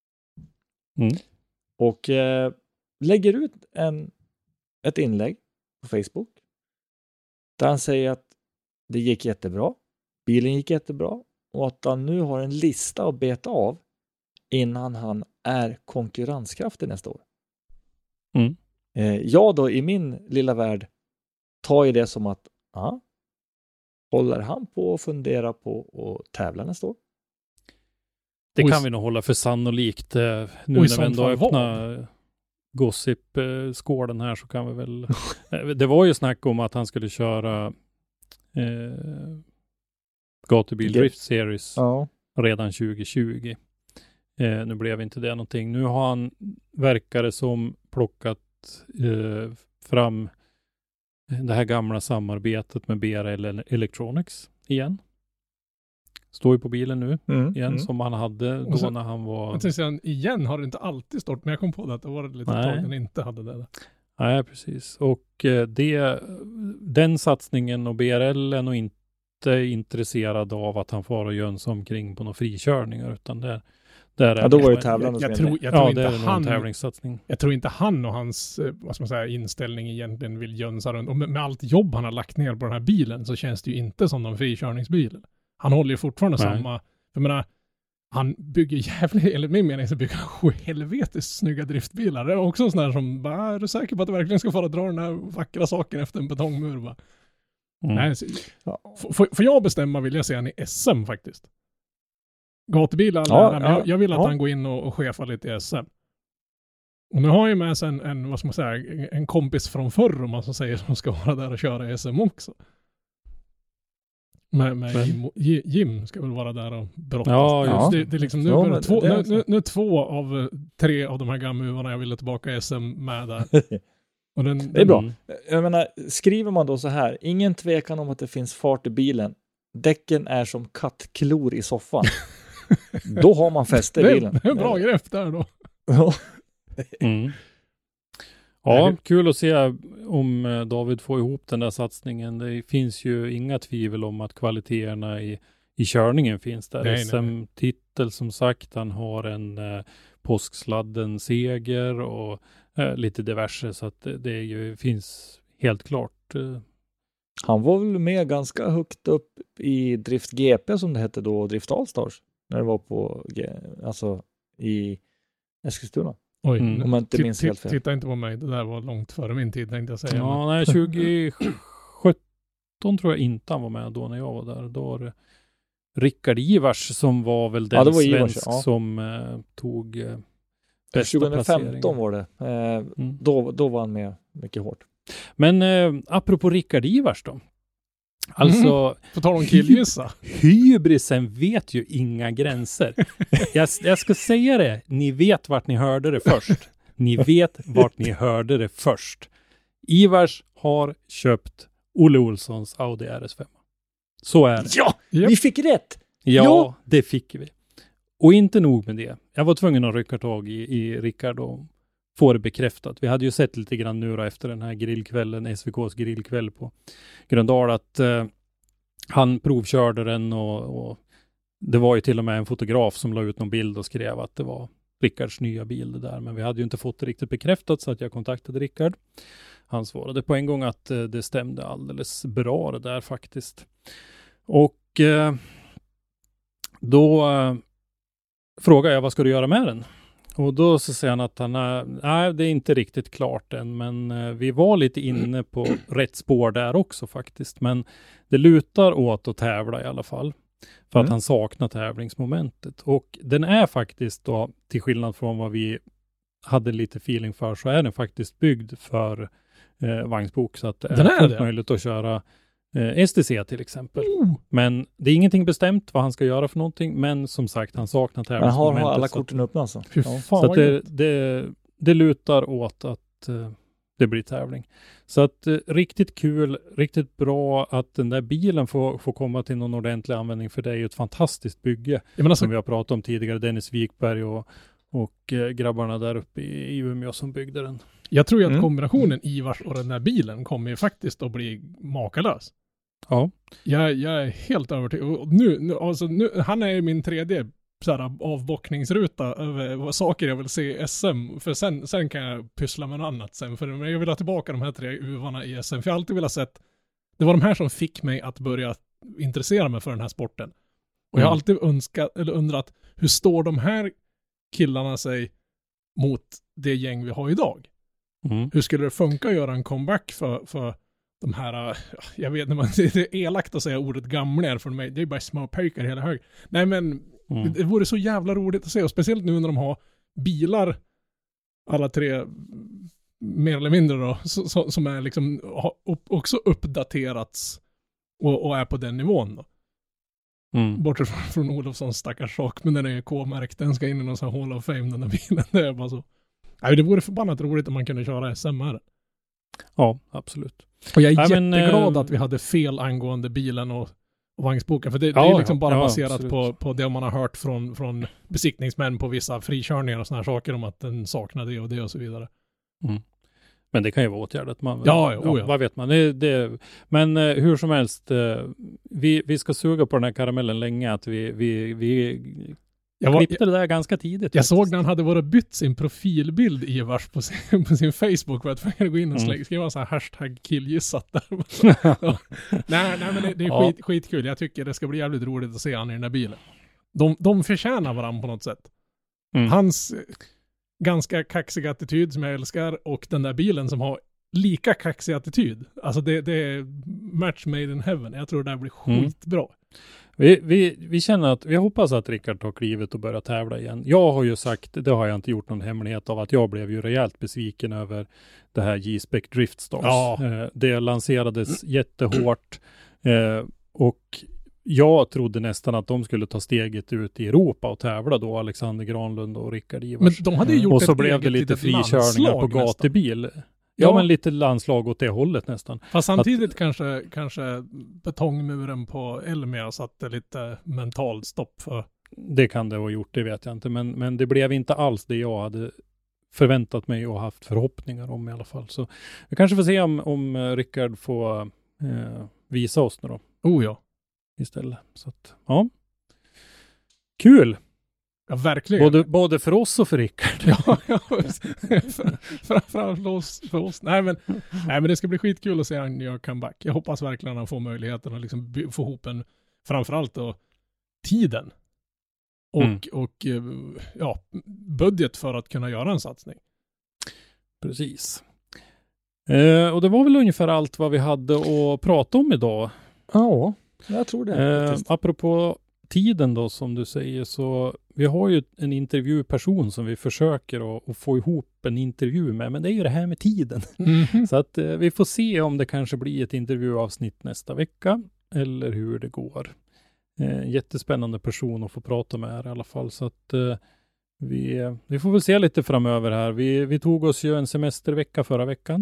Mm. Och eh, lägger ut en, ett inlägg på Facebook där han säger att det gick jättebra, bilen gick jättebra och att han nu har en lista att beta av innan han är konkurrenskraftig nästa år. Mm. Eh, jag då i min lilla värld tar ju det som att ja, håller han på att fundera på att tävla nästa år? Det och kan i, vi nog hålla för sannolikt. Eh, nu när vi ändå öppnar Gossip-skålen här så kan vi väl... Det var ju snack om att han skulle köra eh, Gatubil Drift Series ja. redan tjugo tjugo. Eh, nu blev inte det någonting. Nu har han, verkar det som, plockat eh, fram det här gamla samarbetet med B R L Electronics igen. Står ju på bilen nu mm, igen mm. som han hade då så, när han var... Jag tänkte säga, igen har det inte alltid stått, men jag kom på det att det var lite tag den inte hade det. Där. Nej, precis. Och eh, det, den satsningen och B R L är nog inte intresserad av att han får och jöns omkring på några frikörningar, utan det Där ja, då var det tävlande. Jag, jag, tror, jag, tror ja, inte det är han, tävlingssatsning. jag tror inte han och hans vad ska man säga, inställning egentligen vill jönsa runt. Och med, med allt jobb han har lagt ner på den här bilen så känns det ju inte som någon frikörningsbil. Han håller ju fortfarande Nej. samma... Jag menar, han bygger jävligt... Eller min mening så bygger han sju helvetes snygga driftbilar. Det är också en sån här som bara, är du säker på att du verkligen ska få dra den här vackra saken efter en betongmur? Va? Mm. Nej, så, får, får jag bestämma vill jag se han i S M faktiskt. Gatubilar, ja, men jag, jag vill att ja. han går in och, och chefar lite i S M. Och nu har jag ju med sig en, en, vad ska man säga, en kompis från förr, om man så säger, som ska vara där och köra i S M också. Med, med Jim, Jim ska väl vara där och brottas. Ja, ja. Det, det är liksom, nu, ja, är två, det nu, nu två av tre av de här gammuvarna jag ville tillbaka i S M med där. Och den, det är bra. Jag menar, skriver man då så här, ingen tvekan om att det finns fart i bilen. Däcken är som kattklor i soffan. Då har man fäste i bilen. Det är en bra grepp där då. mm. Ja, kul att se om David får ihop den där satsningen. Det finns ju inga tvivel om att kvaliteterna i, i körningen finns där. Nej, S M-titel som sagt, han har en eh, påsksladden-seger och eh, lite diverse, så att det, det är ju, finns helt klart. Eh. Han var väl med ganska högt upp i Drift G P som det hette då, Drift Allstars, när det var på, alltså i Eskilstuna. Oj, mm. om man inte minns helt fel. Titta inte på mig, det där var långt före min tid tänkte jag säga. Ja, nej, tjugo sjutton tror jag inte han var med då när jag var där. Då var det Rickard Ivars som var väl den ja, var svensk Ivars, ja. som eh, tog eh, bästa tjugohundrafemton var det. Eh, mm. då, då var han med mycket hårt. Men eh, apropå Rickard Ivars då. Alltså, mm. På tal om killgissa. Hybrisen vet ju inga gränser. jag, jag ska säga det. Ni vet vart ni hörde det först. Ni vet vart ni hörde det först. Ivars har köpt Olle Olssons Audi R S fem. Så är det. Ja, yep. Vi fick rätt. Ja, ja, det fick vi. Och inte nog med det. Jag var tvungen att rycka tag i, i Rickard och få det bekräftat. Vi hade ju sett lite grann nu då efter den här grillkvällen, S V K:s grillkväll på Gröndal, att eh, han provkörde den och, och det var ju till och med en fotograf som la ut någon bild och skrev att det var Rickards nya bil det där. Men vi hade ju inte fått det riktigt bekräftat, så att jag kontaktade Rickard. Han svarade på en gång att eh, det stämde alldeles bra det där faktiskt. Och eh, då eh, frågade jag, vad ska du göra med den? Och då så säger han att han är, nej, det är inte riktigt klart än, men eh, vi var lite inne på rätt spår där också faktiskt. Men det lutar åt att tävla i alla fall. För mm. att han saknar tävlingsmomentet. Och den är faktiskt då, till skillnad från vad vi hade lite feeling för, så är den faktiskt byggd för eh, Vagnsbok. Så att det den är, är fullt det. möjligt att köra eh, S T C till exempel. Mm. Men det är ingenting bestämt vad han ska göra för någonting. Men som sagt, han saknar tävlingsmomentet. Men har, har alla korten öppna alltså? Ja. Så att det, det, det lutar åt att eh, det blir tävling. Så att eh, riktigt kul, riktigt bra att den där bilen får, får komma till någon ordentlig användning, för det är ju ett fantastiskt bygge ja, alltså, som vi har pratat om tidigare. Dennis Wikberg och, och eh, grabbarna där uppe i, i Umeå som byggde den. Jag tror ju att mm. kombinationen Ivars och den där bilen kommer ju faktiskt att bli makalös. Ja. Jag, jag är helt övertygad. Och nu, nu, alltså, nu, han är ju min tredje såhär, avbockningsruta över vad saker jag vill se i S M. För sen, sen kan jag pyssla med något annat sen. För jag vill ha tillbaka de här tre uvarna i S M. För jag har alltid velat sett, det var de här som fick mig att börja intressera mig för den här sporten. Och jag har alltid önskat, eller undrat, hur står de här killarna sig mot det gäng vi har idag? Mm. Hur skulle det funka att göra en comeback för, för de här, jag vet inte, det är elakt att säga ordet gamlingar för mig, det är bara små pojkar hela hög. Nej men, mm. det vore så jävla roligt att se, och speciellt nu när de har bilar, alla tre, mer eller mindre då, så, som är liksom, har också uppdaterats och, och är på den nivån då. Mm. Bortsett från, från Olofssons stackars sak, men den är K-märkt, den ska in i någon sån Hall of Fame, den där bilen, det är bara så. Nej, det vore förbannat roligt om man kunde köra S M här. Ja, absolut. Och jag är ja, jätteglad men, att vi hade fel angående bilen och, och vagnsboken. För det, ja, det är liksom bara ja, baserat på, på det man har hört från, från besiktningsmän på vissa frikörningar och såna här saker om att den saknar det och det och så vidare. Mm. Men det kan ju vara åtgärdat. Man, ja, ja, oh ja. Vad vet man? Det, det, men eh, hur som helst, eh, vi, vi ska suga på den här karamellen länge. Att vi, vi, vi jag var, klippte det där ganska tidigt. Jag faktiskt. såg när han hade varit bytt sin profilbild i vars på sin, på sin Facebook för att få gå in och mm. skriva så här hashtag killgissat där. nej, nej, men det, det är ja. skit, skitkul. Jag tycker det ska bli jävligt roligt att se han i den där bilen. De, de förtjänar varandra på något sätt. Mm. Hans ganska kaxiga attityd som jag älskar och den där bilen som har lika kaxig attityd. Alltså det, det är match made in heaven. Jag tror det där blir skitbra. Mm. Vi, vi, vi känner att vi hoppas att Rickard tar klivet och börjar tävla igen. Jag har ju sagt, det har jag inte gjort någon hemlighet av, att jag blev ju rejält besviken över det här J-Spec Drift Stars. Ja. Eh, det lanserades jättehårt eh, och jag trodde nästan att de skulle ta steget ut i Europa och tävla då, Alexander Granlund och Rickard Ivars. Men de hade ju gjort och så ett blev det lite frikörningar på gatubil. Ja. ja, men lite landslag åt det hållet nästan. Fast samtidigt att, kanske, kanske betongmuren på Elmia satte lite mentalt stopp för. Det kan det ha gjort, det vet jag inte. Men, men det blev inte alls det jag hade förväntat mig och haft förhoppningar om i alla fall. Så vi kanske får se om, om Rickard får eh, visa oss nu då. Oh ja. Istället. Så att, ja. Kul! Ja, verkligen. Både, både för oss och för Rickard. ja, ja. Framförallt för oss, för oss. Nej, men, nej, men det ska bli skitkul att se han göra comeback. Jag hoppas verkligen att han får möjligheten att liksom få ihop en, framförallt då, tiden. Och, mm. och ja, budget för att kunna göra en satsning. Precis. Eh, och det var väl ungefär allt vad vi hade att prata om idag. Ja, jag tror det. Eh, apropå tiden då, som du säger, så vi har ju en intervjuperson som vi försöker att, att få ihop en intervju med, men det är ju det här med tiden. Mm-hmm. Så att eh, vi får se om det kanske blir ett intervjuavsnitt nästa vecka eller hur det går. Eh, jättespännande person att få prata med här i alla fall, så att eh, vi, vi får väl se lite framöver här. Vi, vi tog oss ju en semestervecka förra veckan.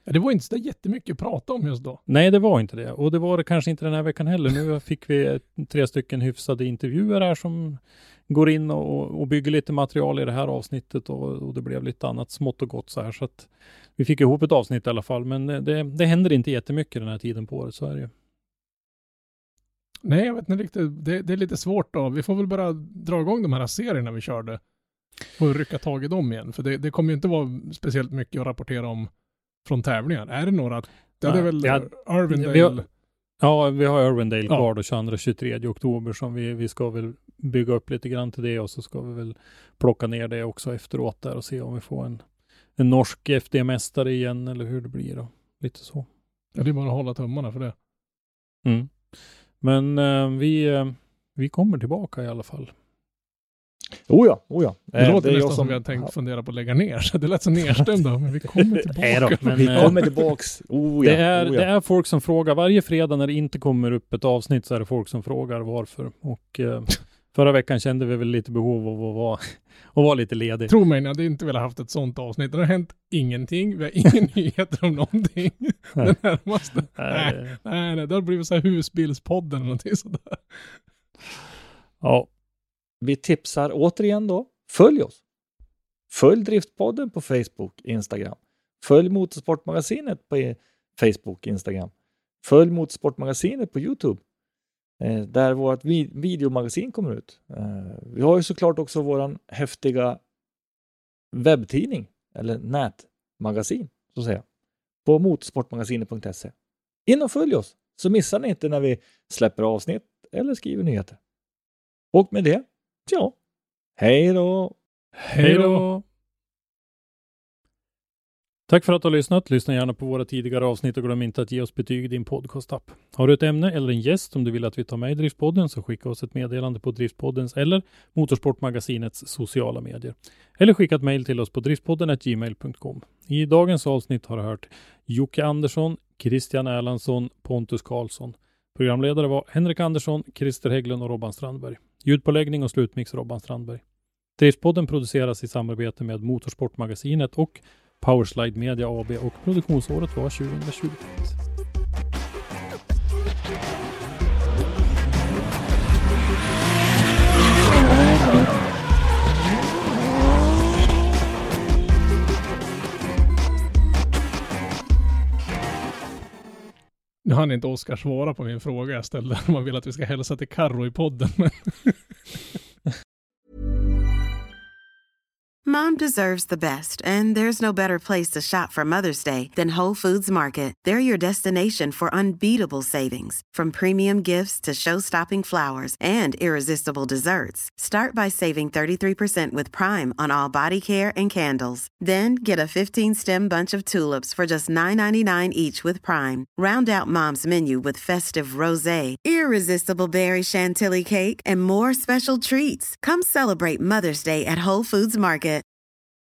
Det var inte så jättemycket att prata om just då. Nej, det var inte det. Och det var det kanske inte den här veckan heller. Nu fick vi tre stycken hyfsade intervjuer här som går in och, och bygger lite material i det här avsnittet. Och, och det blev lite annat smått och gott så här. Så att vi fick ihop ett avsnitt i alla fall. Men det, det händer inte jättemycket den här tiden på året, så är det ju. Nej, jag vet inte riktigt. Det, det är lite svårt då. Vi får väl bara dra igång de här serierna vi körde. Och rycka tag i dem igen. För det, det kommer ju inte vara speciellt mycket att rapportera om från tävlingar. Är det några? Det är väl har, Irvindale? Vi har, ja, vi har Irvindale ja. kvar då tjugoandra till tjugotredje oktober som vi, vi ska väl bygga upp lite grann till det och så ska vi väl plocka ner det också efteråt där och se om vi får en, en norsk F D-mästare igen eller hur det blir då. Lite så. Ja, det är bara att hålla tummarna för det. Mm. Men eh, vi, eh, vi kommer tillbaka i alla fall. Oh ja, oh ja. Det eh, låter det är nästan jag som vi har tänkt fundera på att lägga ner. Så det lät så nedstämd då, men vi kommer tillbaka. Nej då, men, vi kommer tillbaks. Oh ja, det, är, oh ja. det är folk som frågar. Varje fredag när det inte kommer upp ett avsnitt så är det folk som frågar varför. Och eh, förra veckan kände vi väl lite behov av att vara, att vara lite ledig. Tro mig, jag hade inte velat haft ett sånt avsnitt. Det har hänt ingenting. Vi har ingen nyheter om någonting. Den närmaste. Nej, nej, nej. Det har blivit så här husbilspodden eller någonting sådär. Ja. Vi tipsar återigen då. Följ oss. Följ Driftpodden på Facebook, Instagram. Följ Motorsportmagasinet på Facebook, Instagram. Följ Motorsportmagasinet på YouTube. Eh, där vårt vid- videomagasin kommer ut. Eh, vi har ju såklart också våran häftiga webbtidning. Eller nätmagasin, så att säga. På motorsportmagasinet punkt se. In och följ oss. Så missar ni inte när vi släpper avsnitt eller skriver nyheter. Och med det, ja, hej då! Hej då! Tack för att du har lyssnat. Lyssna gärna på våra tidigare avsnitt och glöm inte att ge oss betyg i din podcast-app. Har du ett ämne eller en gäst som du vill att vi tar med i Driftpodden så skicka oss ett meddelande på Driftpoddens eller Motorsportmagasinets sociala medier. Eller skicka ett mejl till oss på driftpodden at gmail punkt com. I dagens avsnitt har du hört Jocke Andersson, Christian Erlandsson, Pontus Karlsson. Programledare var Henrik Andersson, Christer Hägglund och Robban Strandberg. Ljudpåläggning och slutmix Robban Strandberg. Driftpodden produceras i samarbete med Motorsportmagasinet och Powerslide Media A B och produktionsåret var tjugohundratjugoett. Nu hann inte Oskar svara på min fråga jag ställde om man vill att vi ska hälsa till Karro i podden. Mom deserves the best, and there's no better place to shop for Mother's Day than Whole Foods Market. They're your destination for unbeatable savings, from premium gifts to show-stopping flowers and irresistible desserts. Start by saving thirty-three percent with Prime on all body care and candles. Then get a fifteen-stem bunch of tulips for just nine ninety-nine each with Prime. Round out Mom's menu with festive rosé, irresistible berry chantilly cake, and more special treats. Come celebrate Mother's Day at Whole Foods Market.